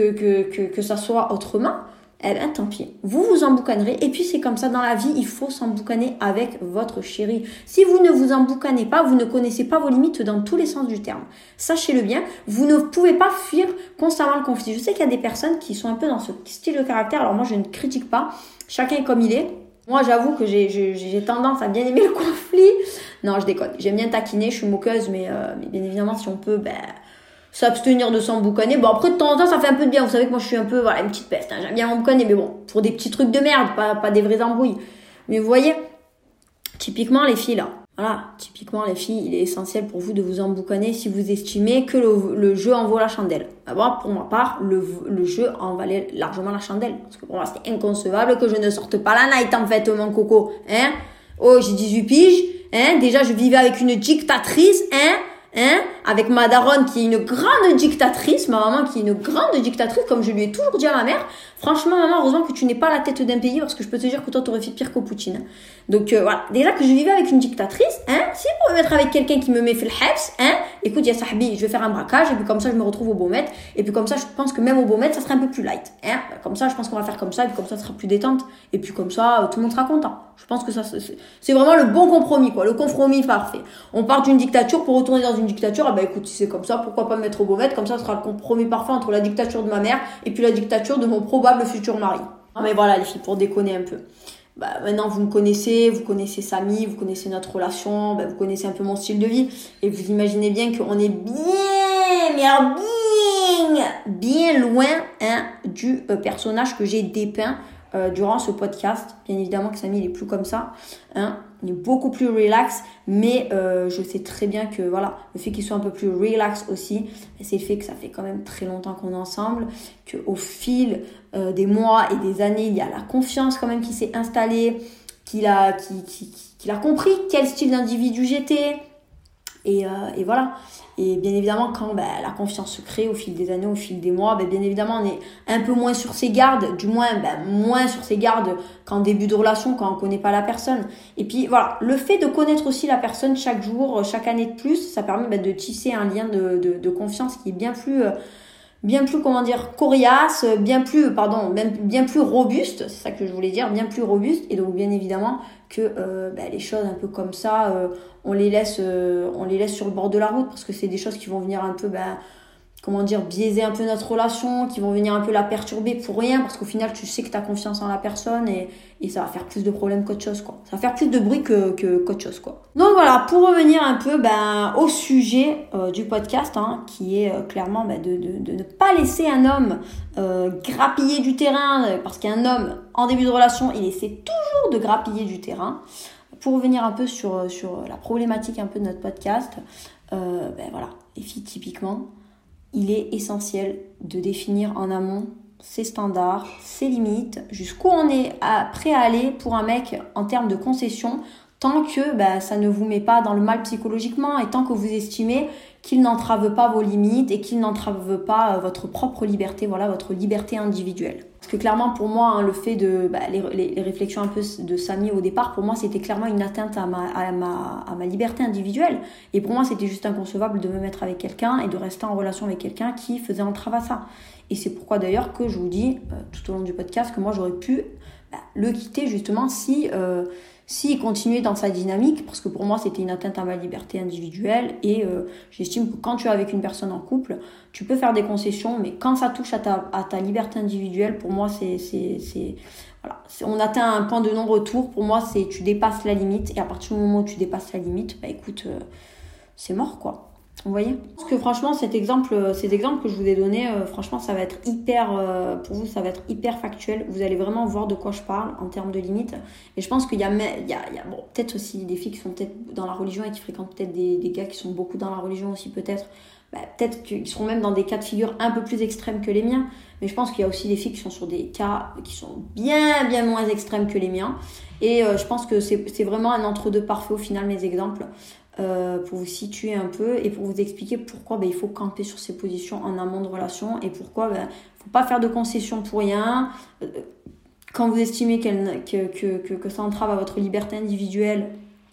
ça soit autrement, tant pis. Vous vous emboucanerez. Et puis c'est comme ça dans la vie, il faut s'emboucaner avec votre chéri. Si vous ne vous emboucanez pas, vous ne connaissez pas vos limites dans tous les sens du terme. Sachez-le bien, vous ne pouvez pas fuir constamment le conflit. Je sais qu'il y a des personnes qui sont un peu dans ce style de caractère. Alors moi, je ne critique pas. Chacun est comme il est. Moi, j'avoue que j'ai tendance à bien aimer le conflit. Non, je déconne. J'aime bien taquiner, je suis moqueuse, mais bien évidemment, si on peut, s'abstenir de s'emboucaner. Bon, après, de temps en temps, ça fait un peu de bien. Vous savez que moi, je suis un peu, une petite peste. J'aime bien m'emboucaner, mais bon, pour des petits trucs de merde, pas des vraies embrouilles. Mais vous voyez, typiquement, les filles, là. Voilà, typiquement, les filles, il est essentiel pour vous de vous emboucaner si vous estimez que le jeu en vaut la chandelle. D'abord, pour ma part, le jeu en valait largement la chandelle. Parce que pour moi, c'était inconcevable que je ne sorte pas la night, en fait, mon coco. Oh, j'ai 18 piges. Déjà, je vivais avec une dictatrice, avec ma daronne qui est une grande dictatrice, ma maman qui est une grande dictatrice, comme je lui ai toujours dit à ma mère. Franchement, maman, heureusement que tu n'es pas la tête d'un pays, parce que je peux te dire que toi, t'aurais fait pire qu'au Poutine. Donc, voilà. Déjà que je vivais avec une dictatrice, si pour me mettre avec quelqu'un qui me met fait le habs, écoute, ya sahbi, je vais faire un braquage, et puis comme ça, je me retrouve au Beaumet, et puis comme ça, je pense que même au Beaumet, ça serait un peu plus light, Comme ça, je pense qu'on va faire comme ça, et puis comme ça sera plus détente, et puis comme ça, tout le monde sera content. Je pense que ça, c'est vraiment le bon compromis, quoi, le compromis parfait. On part d'une dictature pour retourner dans une dictature, écoute, si c'est comme ça, pourquoi pas me mettre au Beaumet, comme ça, ce sera le compromis parfait entre la dictature de ma mère, et puis la dictature de mon probable futur mari. Mais voilà, les filles, pour déconner un peu. Maintenant, vous me connaissez, vous connaissez Samy, vous connaissez notre relation, vous connaissez un peu mon style de vie, et vous imaginez bien qu'on est bien loin, du personnage que j'ai dépeint durant ce podcast. Bien évidemment que Samy, il est plus comme ça, il est beaucoup plus relax, mais je sais très bien que voilà, le fait qu'il soit un peu plus relax aussi, c'est le fait que ça fait quand même très longtemps qu'on est ensemble, qu'au fil des mois et des années, il y a la confiance quand même qui s'est installée, qu'il a compris quel style d'individu j'étais, et voilà. Et bien évidemment, quand la confiance se crée au fil des années, au fil des mois, bien évidemment, on est un peu moins sur ses gardes, du moins moins sur ses gardes qu'en début de relation, quand on connaît pas la personne. Et puis voilà, le fait de connaître aussi la personne chaque jour, chaque année de plus, ça permet de tisser un lien de confiance qui est bien plus coriace, bien plus robuste, c'est ça que je voulais dire, bien plus robuste. Et donc bien évidemment que les choses un peu comme ça, on les laisse sur le bord de la route, parce que c'est des choses qui vont venir un peu biaiser un peu notre relation, qui vont venir un peu la perturber pour rien, parce qu'au final, tu sais que tu as confiance en la personne et ça va faire plus de problèmes qu'autre chose, quoi. Ça va faire plus de bruit qu'autre chose, quoi. Donc voilà, pour revenir un peu au sujet du podcast, qui est clairement de ne pas laisser un homme grappiller du terrain, parce qu'un homme, en début de relation, il essaie toujours de grappiller du terrain. Pour revenir un peu sur la problématique un peu de notre podcast, voilà, les filles, typiquement, il est essentiel de définir en amont ses standards, ses limites, jusqu'où on est prêt à aller pour un mec en termes de concession, tant que ça ne vous met pas dans le mal psychologiquement et tant que vous estimez qu'il n'entrave pas vos limites et qu'il n'entrave pas votre propre liberté, voilà, votre liberté individuelle. Parce que clairement pour moi, le fait de les réflexions un peu de Samy au départ, pour moi c'était clairement une atteinte à ma liberté individuelle. Et pour moi c'était juste inconcevable de me mettre avec quelqu'un et de rester en relation avec quelqu'un qui faisait entrave à ça. Et c'est pourquoi d'ailleurs que je vous dis tout au long du podcast que moi j'aurais pu le quitter justement s'il continuait dans sa dynamique, parce que pour moi c'était une atteinte à ma liberté individuelle et j'estime que quand tu es avec une personne en couple, tu peux faire des concessions, mais quand ça touche à ta liberté individuelle, pour moi voilà, on atteint un point de non-retour. Pour moi c'est tu dépasses la limite, et à partir du moment où tu dépasses la limite, écoute, c'est mort, quoi. Vous voyez ? Parce que franchement, ces exemples que je vous ai donnés, franchement, ça va être pour vous, ça va être hyper factuel. Vous allez vraiment voir de quoi je parle en termes de limites. Et je pense qu'il y a peut-être aussi des filles qui sont peut-être dans la religion et qui fréquentent peut-être des gars qui sont beaucoup dans la religion aussi, peut-être. Peut-être qu'ils seront même dans des cas de figure un peu plus extrêmes que les miens. Mais je pense qu'il y a aussi des filles qui sont sur des cas qui sont bien, bien moins extrêmes que les miens. Et je pense que c'est vraiment un entre-deux parfait au final, mes exemples. Pour vous situer un peu et pour vous expliquer pourquoi il faut camper sur ses positions en amont de relation et pourquoi faut pas faire de concessions pour rien. Quand vous estimez que ça entrave à votre liberté individuelle,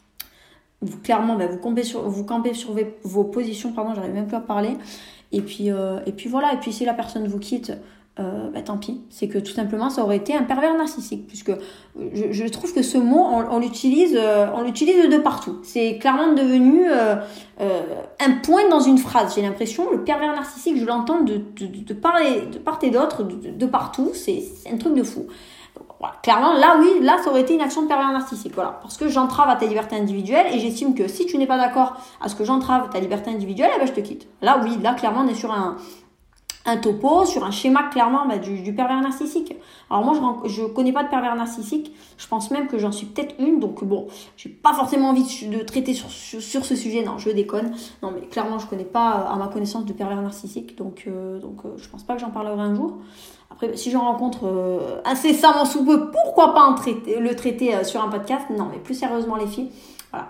vous clairement vous campez sur vos positions, j'arrive même plus à parler. Et puis voilà, et puis si la personne vous quitte, tant pis, c'est que tout simplement ça aurait été un pervers narcissique, puisque je trouve que ce mot on l'utilise de partout. C'est clairement devenu un point dans une phrase. J'ai l'impression, le pervers narcissique, je l'entends de part et d'autre, de partout. C'est un truc de fou. Donc, voilà. Clairement, là ça aurait été une action de pervers narcissique, voilà, parce que j'entrave à ta liberté individuelle et j'estime que si tu n'es pas d'accord à ce que j'entrave ta liberté individuelle, je te quitte. Là clairement on est sur un topo, sur un schéma clairement du pervers narcissique. Alors moi je connais pas de pervers narcissique, je pense même que j'en suis peut-être une, donc bon, j'ai pas forcément envie de traiter sur ce sujet, non, je déconne. Non mais clairement je connais pas à ma connaissance de pervers narcissique, donc je pense pas que j'en parlerai un jour. Après si j'en rencontre incessamment sous peu, pourquoi pas le traiter sur un podcast. Non mais plus sérieusement les filles, voilà.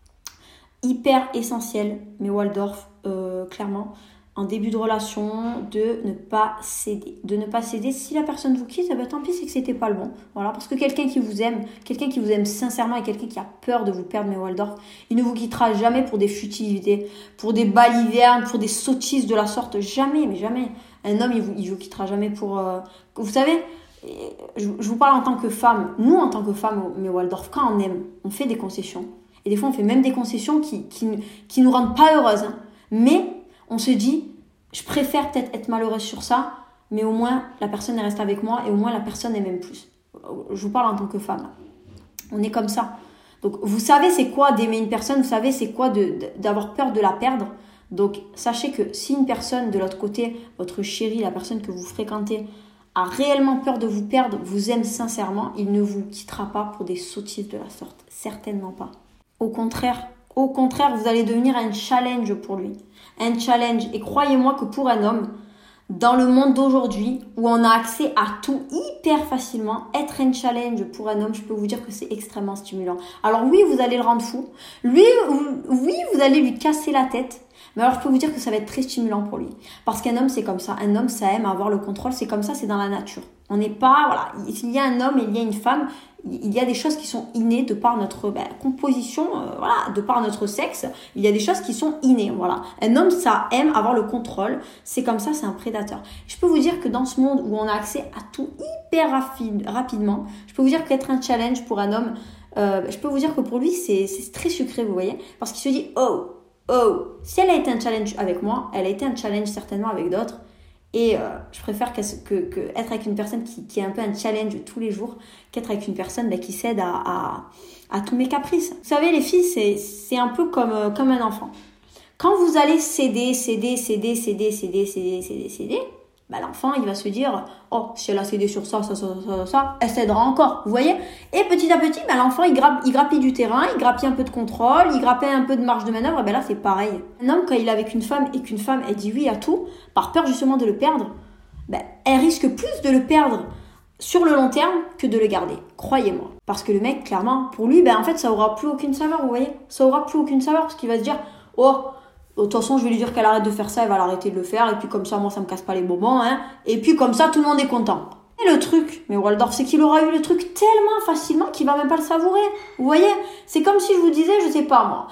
Hyper essentiel, mais Waldorf, clairement, en début de relation, de ne pas céder. De ne pas céder. Si la personne vous quitte, tant pis, c'est que c'était pas le bon. Voilà, parce que quelqu'un qui vous aime sincèrement et quelqu'un qui a peur de vous perdre, mais Waldorf, il ne vous quittera jamais pour des futilités, pour des balivernes, pour des sottises de la sorte. Jamais, mais jamais. Un homme, il vous quittera jamais pour... Vous savez, je vous parle en tant que femme. Nous, en tant que femme, mais Waldorf, quand on aime, on fait des concessions. Et des fois, on fait même des concessions qui nous rendent pas heureuses. Mais on se dit, je préfère peut-être être malheureuse sur ça, mais au moins la personne est restée avec moi et au moins la personne m'aime plus. Je vous parle en tant que femme. On est comme ça. Donc vous savez c'est quoi d'aimer une personne, vous savez c'est quoi d'avoir peur de la perdre. Donc sachez que si une personne de l'autre côté, votre chéri, la personne que vous fréquentez, a réellement peur de vous perdre, vous aime sincèrement, il ne vous quittera pas pour des sottises de la sorte. Certainement pas. Au contraire, vous allez devenir un challenge pour lui. Un challenge. Et croyez-moi que pour un homme, dans le monde d'aujourd'hui, où on a accès à tout hyper facilement, être un challenge pour un homme, je peux vous dire que c'est extrêmement stimulant. Alors oui, vous allez le rendre fou. Oui, vous allez lui casser la tête. Mais alors je peux vous dire que ça va être très stimulant pour lui. Parce qu'un homme, c'est comme ça. Un homme, ça aime avoir le contrôle. C'est comme ça, c'est dans la nature. On n'est pas... Voilà. S'il y a un homme et il y a une femme, il y a des choses qui sont innées de par notre composition, de par notre sexe. Il y a des choses qui sont innées, voilà. Un homme, ça aime avoir le contrôle. C'est comme ça, c'est un prédateur. Je peux vous dire que dans ce monde où on a accès à tout hyper rapidement, je peux vous dire qu'être un challenge pour un homme, je peux vous dire que pour lui, c'est très sucré, vous voyez. Parce qu'il se dit, oh, si elle a été un challenge avec moi, elle a été un challenge certainement avec d'autres. Et je préfère que être avec une personne qui est un peu un challenge tous les jours qu'être avec une personne qui cède à tous mes caprices. Vous savez, les filles, c'est un peu comme un enfant. Quand vous allez céder, l'enfant, il va se dire, oh, si elle a cédé sur ça, elle cédera encore, vous voyez? Et petit à petit, l'enfant, il grappille du terrain, il grappille un peu de contrôle, il grappille un peu de marge de manœuvre, et là, c'est pareil. Un homme, quand il est avec une femme et qu'une femme, elle dit oui à tout, par peur justement de le perdre, elle risque plus de le perdre sur le long terme que de le garder, croyez-moi. Parce que le mec, clairement, pour lui, en fait, ça aura plus aucune saveur, vous voyez? Ça aura plus aucune saveur, parce qu'il va se dire, oh, de toute façon, je vais lui dire qu'elle arrête de faire ça, elle va l'arrêter de le faire, et puis comme ça, moi, ça me casse pas les bonbons, hein. Et puis comme ça, tout le monde est content. Et le truc, mais Waldorf, c'est qu'il aura eu le truc tellement facilement qu'il va même pas le savourer. Vous voyez? C'est comme si je vous disais, je sais pas moi,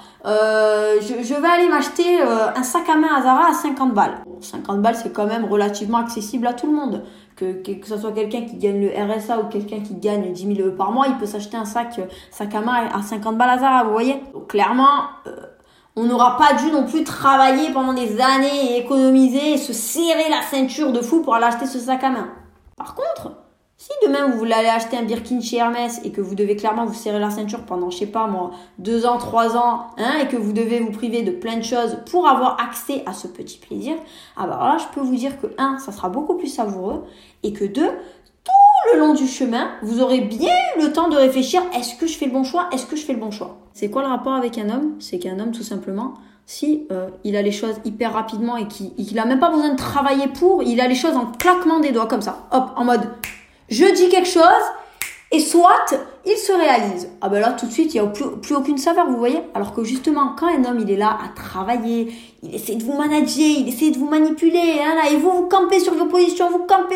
je vais aller m'acheter un sac à main à Zara à 50 balles. Bon, 50 balles, c'est quand même relativement accessible à tout le monde. Que ce soit quelqu'un qui gagne le RSA ou quelqu'un qui gagne 10 000 € par mois, il peut s'acheter un sac à main à 50 balles à Zara, vous voyez? Donc clairement... on n'aura pas dû non plus travailler pendant des années et économiser et se serrer la ceinture de fou pour aller acheter ce sac à main. Par contre, si demain vous voulez aller acheter un Birkin chez Hermès et que vous devez clairement vous serrer la ceinture pendant, je sais pas moi, 2 ans, 3 ans, et que vous devez vous priver de plein de choses pour avoir accès à ce petit plaisir, alors là, je peux vous dire que 1, ça sera beaucoup plus savoureux et que 2, le long du chemin, vous aurez bien eu le temps de réfléchir, est-ce que je fais le bon choix? Est-ce que je fais le bon choix? C'est quoi le rapport avec un homme? C'est qu'un homme, tout simplement, si il a les choses hyper rapidement et qu'il n'a même pas besoin de travailler pour, il a les choses en claquement des doigts, comme ça, hop, en mode, je dis quelque chose, et soit, il se réalise. Ah là, tout de suite, il n'y a plus aucune saveur, vous voyez? Alors que justement, quand un homme, il est là à travailler, il essaie de vous manager, il essaie de vous manipuler, et vous campez sur vos positions, vous campez.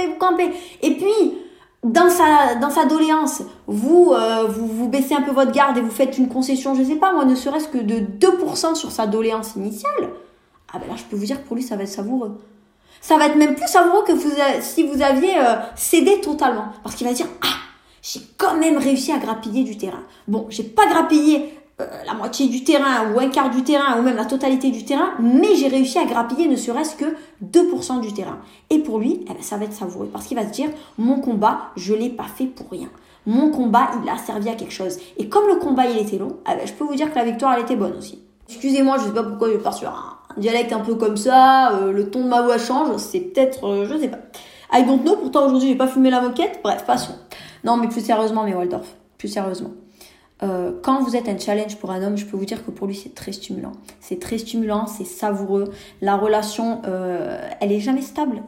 Et puis, dans sa doléance, vous baissez un peu votre garde et vous faites une concession, je sais pas moi, ne serait-ce que de 2% sur sa doléance initiale. Ah là, je peux vous dire que pour lui, ça va être savoureux. Ça va être même plus savoureux que si vous aviez cédé totalement. Parce qu'il va dire, j'ai quand même réussi à grappiller du terrain. Bon, j'ai pas grappillé la moitié du terrain ou un quart du terrain ou même la totalité du terrain, mais j'ai réussi à grappiller ne serait-ce que 2% du terrain. Et pour lui, ça va être savoureux parce qu'il va se dire, mon combat, je l'ai pas fait pour rien. Mon combat, il a servi à quelque chose. Et comme le combat, il était long, je peux vous dire que la victoire, elle était bonne aussi. Excusez-moi, je sais pas pourquoi je pars sur un dialecte un peu comme ça, le ton de ma voix change, c'est peut-être, je sais pas. I don't know, pourtant aujourd'hui, j'ai pas fumé la moquette, bref, passons. Non, mais plus sérieusement, mais Waldorf, plus sérieusement. Quand vous êtes un challenge pour un homme, je peux vous dire que pour lui, c'est très stimulant. C'est très stimulant, c'est savoureux. La relation, elle est jamais stable.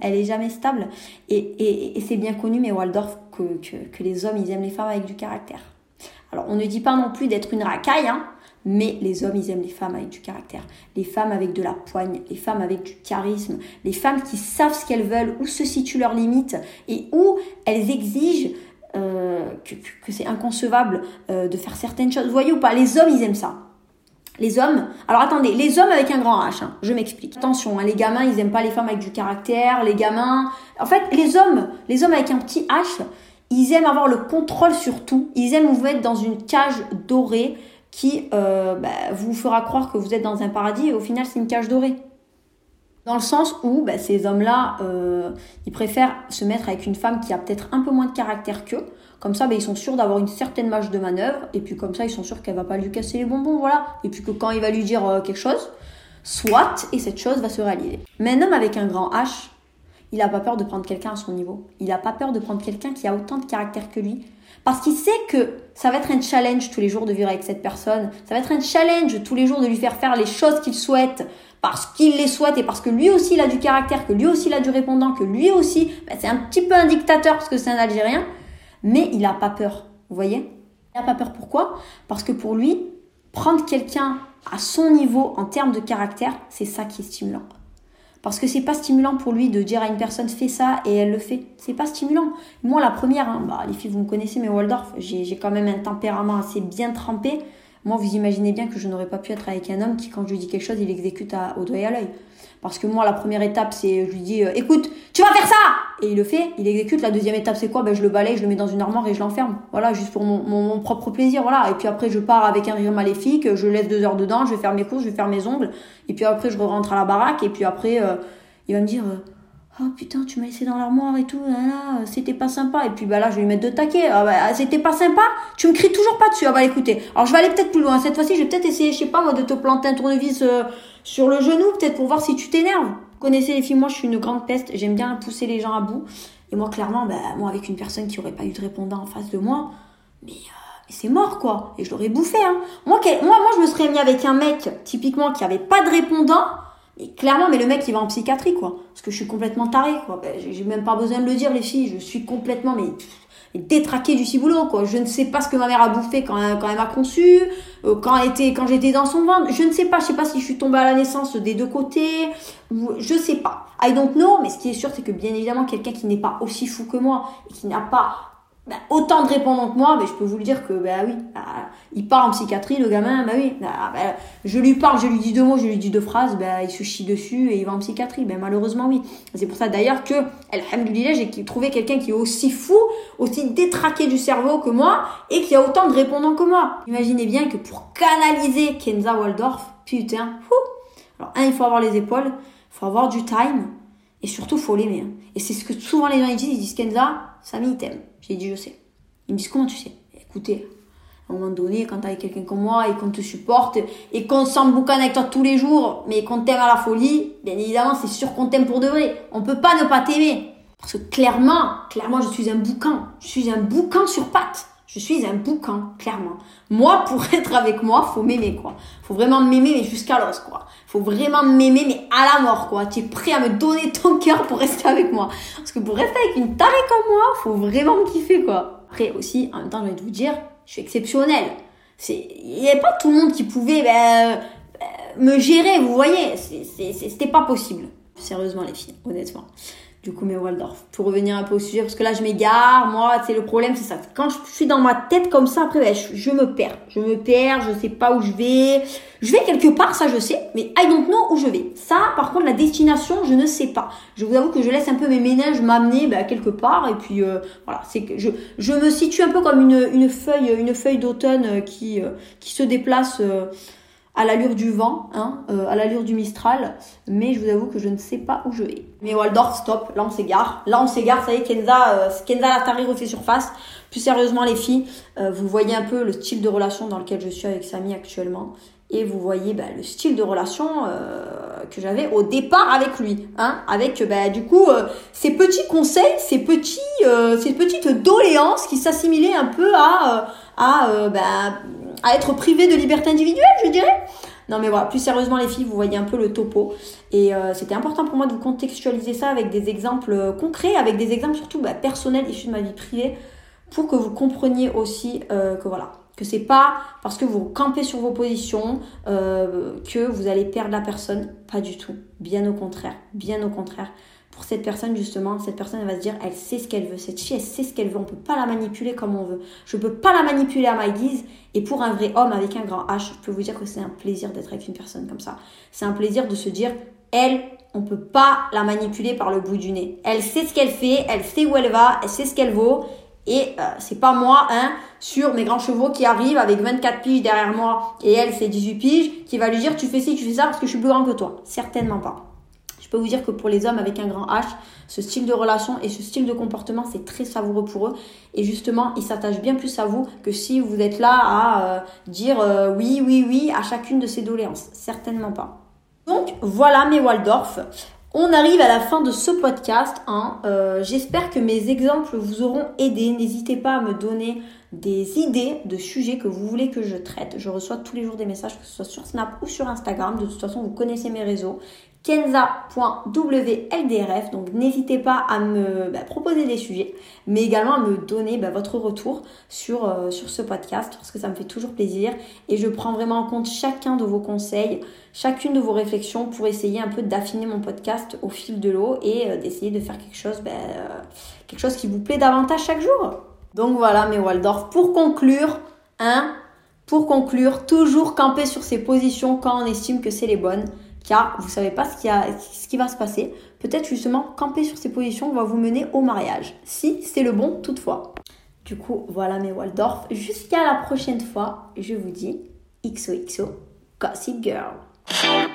Et c'est bien connu, mais Waldorf, que les hommes, ils aiment les femmes avec du caractère. Alors, on ne dit pas non plus d'être une racaille, mais les hommes, ils aiment les femmes avec du caractère. Les femmes avec de la poigne, les femmes avec du charisme, les femmes qui savent ce qu'elles veulent, où se situent leurs limites et où elles exigent que c'est inconcevable de faire certaines choses. Vous voyez ou pas? Les hommes, ils aiment ça. Les hommes, alors attendez, les hommes avec un grand H, je m'explique. Attention, les gamins, ils aiment pas les femmes avec du caractère, les gamins... En fait, les hommes avec un petit H, ils aiment avoir le contrôle sur tout. Ils aiment vous mettre dans une cage dorée qui vous fera croire que vous êtes dans un paradis et au final, c'est une cage dorée. Dans le sens où ces hommes-là, ils préfèrent se mettre avec une femme qui a peut-être un peu moins de caractère qu'eux. Comme ça, ils sont sûrs d'avoir une certaine marge de manœuvre. Et puis comme ça, ils sont sûrs qu'elle va pas lui casser les bonbons, voilà. Et puis que quand il va lui dire quelque chose, soit, et cette chose va se réaliser. Mais un homme avec un grand H, il n'a pas peur de prendre quelqu'un à son niveau. Il n'a pas peur de prendre quelqu'un qui a autant de caractère que lui. Parce qu'il sait que ça va être un challenge tous les jours de vivre avec cette personne. Ça va être un challenge tous les jours de lui faire les choses qu'il souhaite. Parce qu'il les souhaite et parce que lui aussi il a du caractère, que lui aussi il a du répondant, que lui aussi, c'est un petit peu un dictateur parce que c'est un Algérien. Mais il n'a pas peur, vous voyez? Il n'a pas peur, pourquoi? Parce que pour lui, prendre quelqu'un à son niveau en termes de caractère, c'est ça qui est stimulant. Parce que c'est pas stimulant pour lui de dire à une personne fais ça et elle le fait. C'est pas stimulant. Moi la première, les filles vous me connaissez, mais Waldorf, j'ai quand même un tempérament assez bien trempé. Moi, vous imaginez bien que je n'aurais pas pu être avec un homme qui, quand je lui dis quelque chose, il exécute au doigt et à l'œil. Parce que moi, la première étape, c'est, je lui dis, écoute, tu vas faire ça! Et il le fait, il exécute. La deuxième étape, c'est quoi? Je le balaye, je le mets dans une armoire et je l'enferme. Voilà, juste pour mon propre plaisir, voilà. Et puis après, je pars avec un rire maléfique, je laisse 2 heures dedans, je vais faire mes courses, je vais faire mes ongles. Et puis après, je rentre à la baraque. Et puis après, il va me dire, oh putain, tu m'as laissé dans l'armoire et tout, c'était pas sympa. Et puis là, je vais lui mettre 2 taquets. C'était pas sympa? Tu me cries toujours pas dessus. Écoutez, alors je vais aller peut-être plus loin. Cette fois-ci, je vais peut-être essayer, je sais pas moi, de te planter un tournevis sur le genou, peut-être pour voir si tu t'énerves. Vous connaissez les filles, moi je suis une grande peste, j'aime bien pousser les gens à bout. Et moi, clairement, moi avec une personne qui aurait pas eu de répondant en face de moi, mais c'est mort quoi. Et je l'aurais bouffé. Moi, je me serais mis avec un mec, typiquement, qui avait pas de répondant. Et clairement, mais le mec, il va en psychiatrie, quoi. Parce que je suis complètement tarée, quoi. J'ai même pas besoin de le dire, les filles. Je suis complètement, détraquée du ciboulot, quoi. Je ne sais pas ce que ma mère a bouffé quand elle m'a conçue, quand j'étais dans son ventre. Je sais pas si je suis tombée à la naissance des 2 côtés. Je sais pas. I don't know. Mais ce qui est sûr, c'est que bien évidemment, quelqu'un qui n'est pas aussi fou que moi et qui n'a pas autant de répondants que moi, je peux vous le dire que oui, il part en psychiatrie le gamin, je lui parle, je lui dis 2 mots, je lui dis 2 phrases, il se chie dessus et il va en psychiatrie. Malheureusement oui. C'est pour ça d'ailleurs que alhamdoulilah, j'ai trouvé quelqu'un qui est aussi fou, aussi détraqué du cerveau que moi et qui a autant de répondants que moi. Imaginez bien que pour canaliser Kenza Waldorf, putain, alors il faut avoir les épaules, il faut avoir du time et surtout il faut l'aimer. Et c'est ce que souvent les gens ils disent Kenza, Samy il t'aime. J'ai dit je sais. Ils me disent comment tu sais? Écoutez, à un moment donné, quand t'es avec quelqu'un comme moi et qu'on te supporte et qu'on s'emboucane avec toi tous les jours, mais qu'on t'aime à la folie, bien évidemment, c'est sûr qu'on t'aime pour de vrai. On peut pas ne pas t'aimer. Parce que clairement, je suis un boucan. Je suis un boucan sur pattes. Je suis un boucan, clairement. Moi, pour être avec moi, faut m'aimer, quoi. Faut vraiment m'aimer, mais jusqu'à l'os, quoi. Faut vraiment m'aimer, mais à la mort, quoi. Tu es prêt à me donner ton cœur pour rester avec moi. Parce que pour rester avec une tarée comme moi, faut vraiment me kiffer, quoi. Après, aussi, en même temps, j'ai envie de vous dire, je suis exceptionnelle. Il n'y avait pas tout le monde qui pouvait, me gérer, vous voyez. C'était pas possible. Sérieusement, les filles, honnêtement. Du coup, mais Waldorf. Pour revenir un peu au sujet, parce que là, je m'égare. Moi, le problème, c'est ça. Quand je suis dans ma tête comme ça, après, je me perds. Je sais pas où je vais. Je vais quelque part, ça, je sais. Mais I don't know où je vais. Ça, par contre, la destination, je ne sais pas. Je vous avoue que je laisse un peu mes méninges m'amener, quelque part. Et puis, voilà. C'est que je me situe un peu comme une feuille d'automne qui se déplace, à l'allure du vent, à l'allure du Mistral, mais je vous avoue que je ne sais pas où je vais. Mais Waldorf, stop, là on s'égare, ça y est, Kenza la tarée refait surface. Plus sérieusement les filles, vous voyez un peu le style de relation dans lequel je suis avec Samy actuellement, et vous voyez le style de relation que j'avais au départ avec lui, avec du coup ces petits conseils, ces petites doléances qui s'assimilaient un peu à être privé de liberté individuelle, je dirais. Non mais voilà, plus sérieusement les filles, vous voyez un peu le topo. Et c'était important pour moi de vous contextualiser ça avec des exemples concrets, avec des exemples surtout personnels issus de ma vie privée, pour que vous compreniez aussi que c'est pas parce que vous campez sur vos positions que vous allez perdre la personne. Pas du tout. Bien au contraire. Pour cette personne, justement, elle va se dire, elle sait ce qu'elle veut. Cette fille, elle sait ce qu'elle veut. On peut pas la manipuler comme on veut. Je peux pas la manipuler à ma guise. Et pour un vrai homme avec un grand H, je peux vous dire que c'est un plaisir d'être avec une personne comme ça. C'est un plaisir de se dire, on peut pas la manipuler par le bout du nez. Elle sait ce qu'elle fait, elle sait où elle va, elle sait ce qu'elle vaut. Et c'est pas moi, sur mes grands chevaux qui arrivent avec 24 piges derrière moi et elle, c'est 18 piges, qui va lui dire, tu fais ci, tu fais ça parce que je suis plus grand que toi. Certainement pas. Je peux vous dire que pour les hommes avec un grand H, ce style de relation et ce style de comportement, c'est très savoureux pour eux. Et justement, ils s'attachent bien plus à vous que si vous êtes là à dire oui à chacune de ces doléances. Certainement pas. Donc, voilà mes Waldorf. On arrive à la fin de ce podcast. J'espère que mes exemples vous auront aidé. N'hésitez pas à me donner des idées de sujets que vous voulez que je traite. Je reçois tous les jours des messages, que ce soit sur Snap ou sur Instagram. De toute façon, vous connaissez mes réseaux. Kenza.wldrf, donc n'hésitez pas à me proposer des sujets, mais également à me donner votre retour sur ce podcast, parce que ça me fait toujours plaisir et je prends vraiment en compte chacun de vos conseils, chacune de vos réflexions pour essayer un peu d'affiner mon podcast au fil de l'eau et d'essayer de faire quelque chose qui vous plaît davantage chaque jour. Donc voilà mes Waldorf, pour conclure, Pour conclure, toujours camper sur ses positions quand on estime que c'est les bonnes, car vous ne savez pas ce qui va se passer. Peut-être justement camper sur ses positions va vous mener au mariage, si c'est le bon toutefois. Du coup, voilà mes Waldorf. Jusqu'à la prochaine fois, je vous dis XOXO Gossip Girl.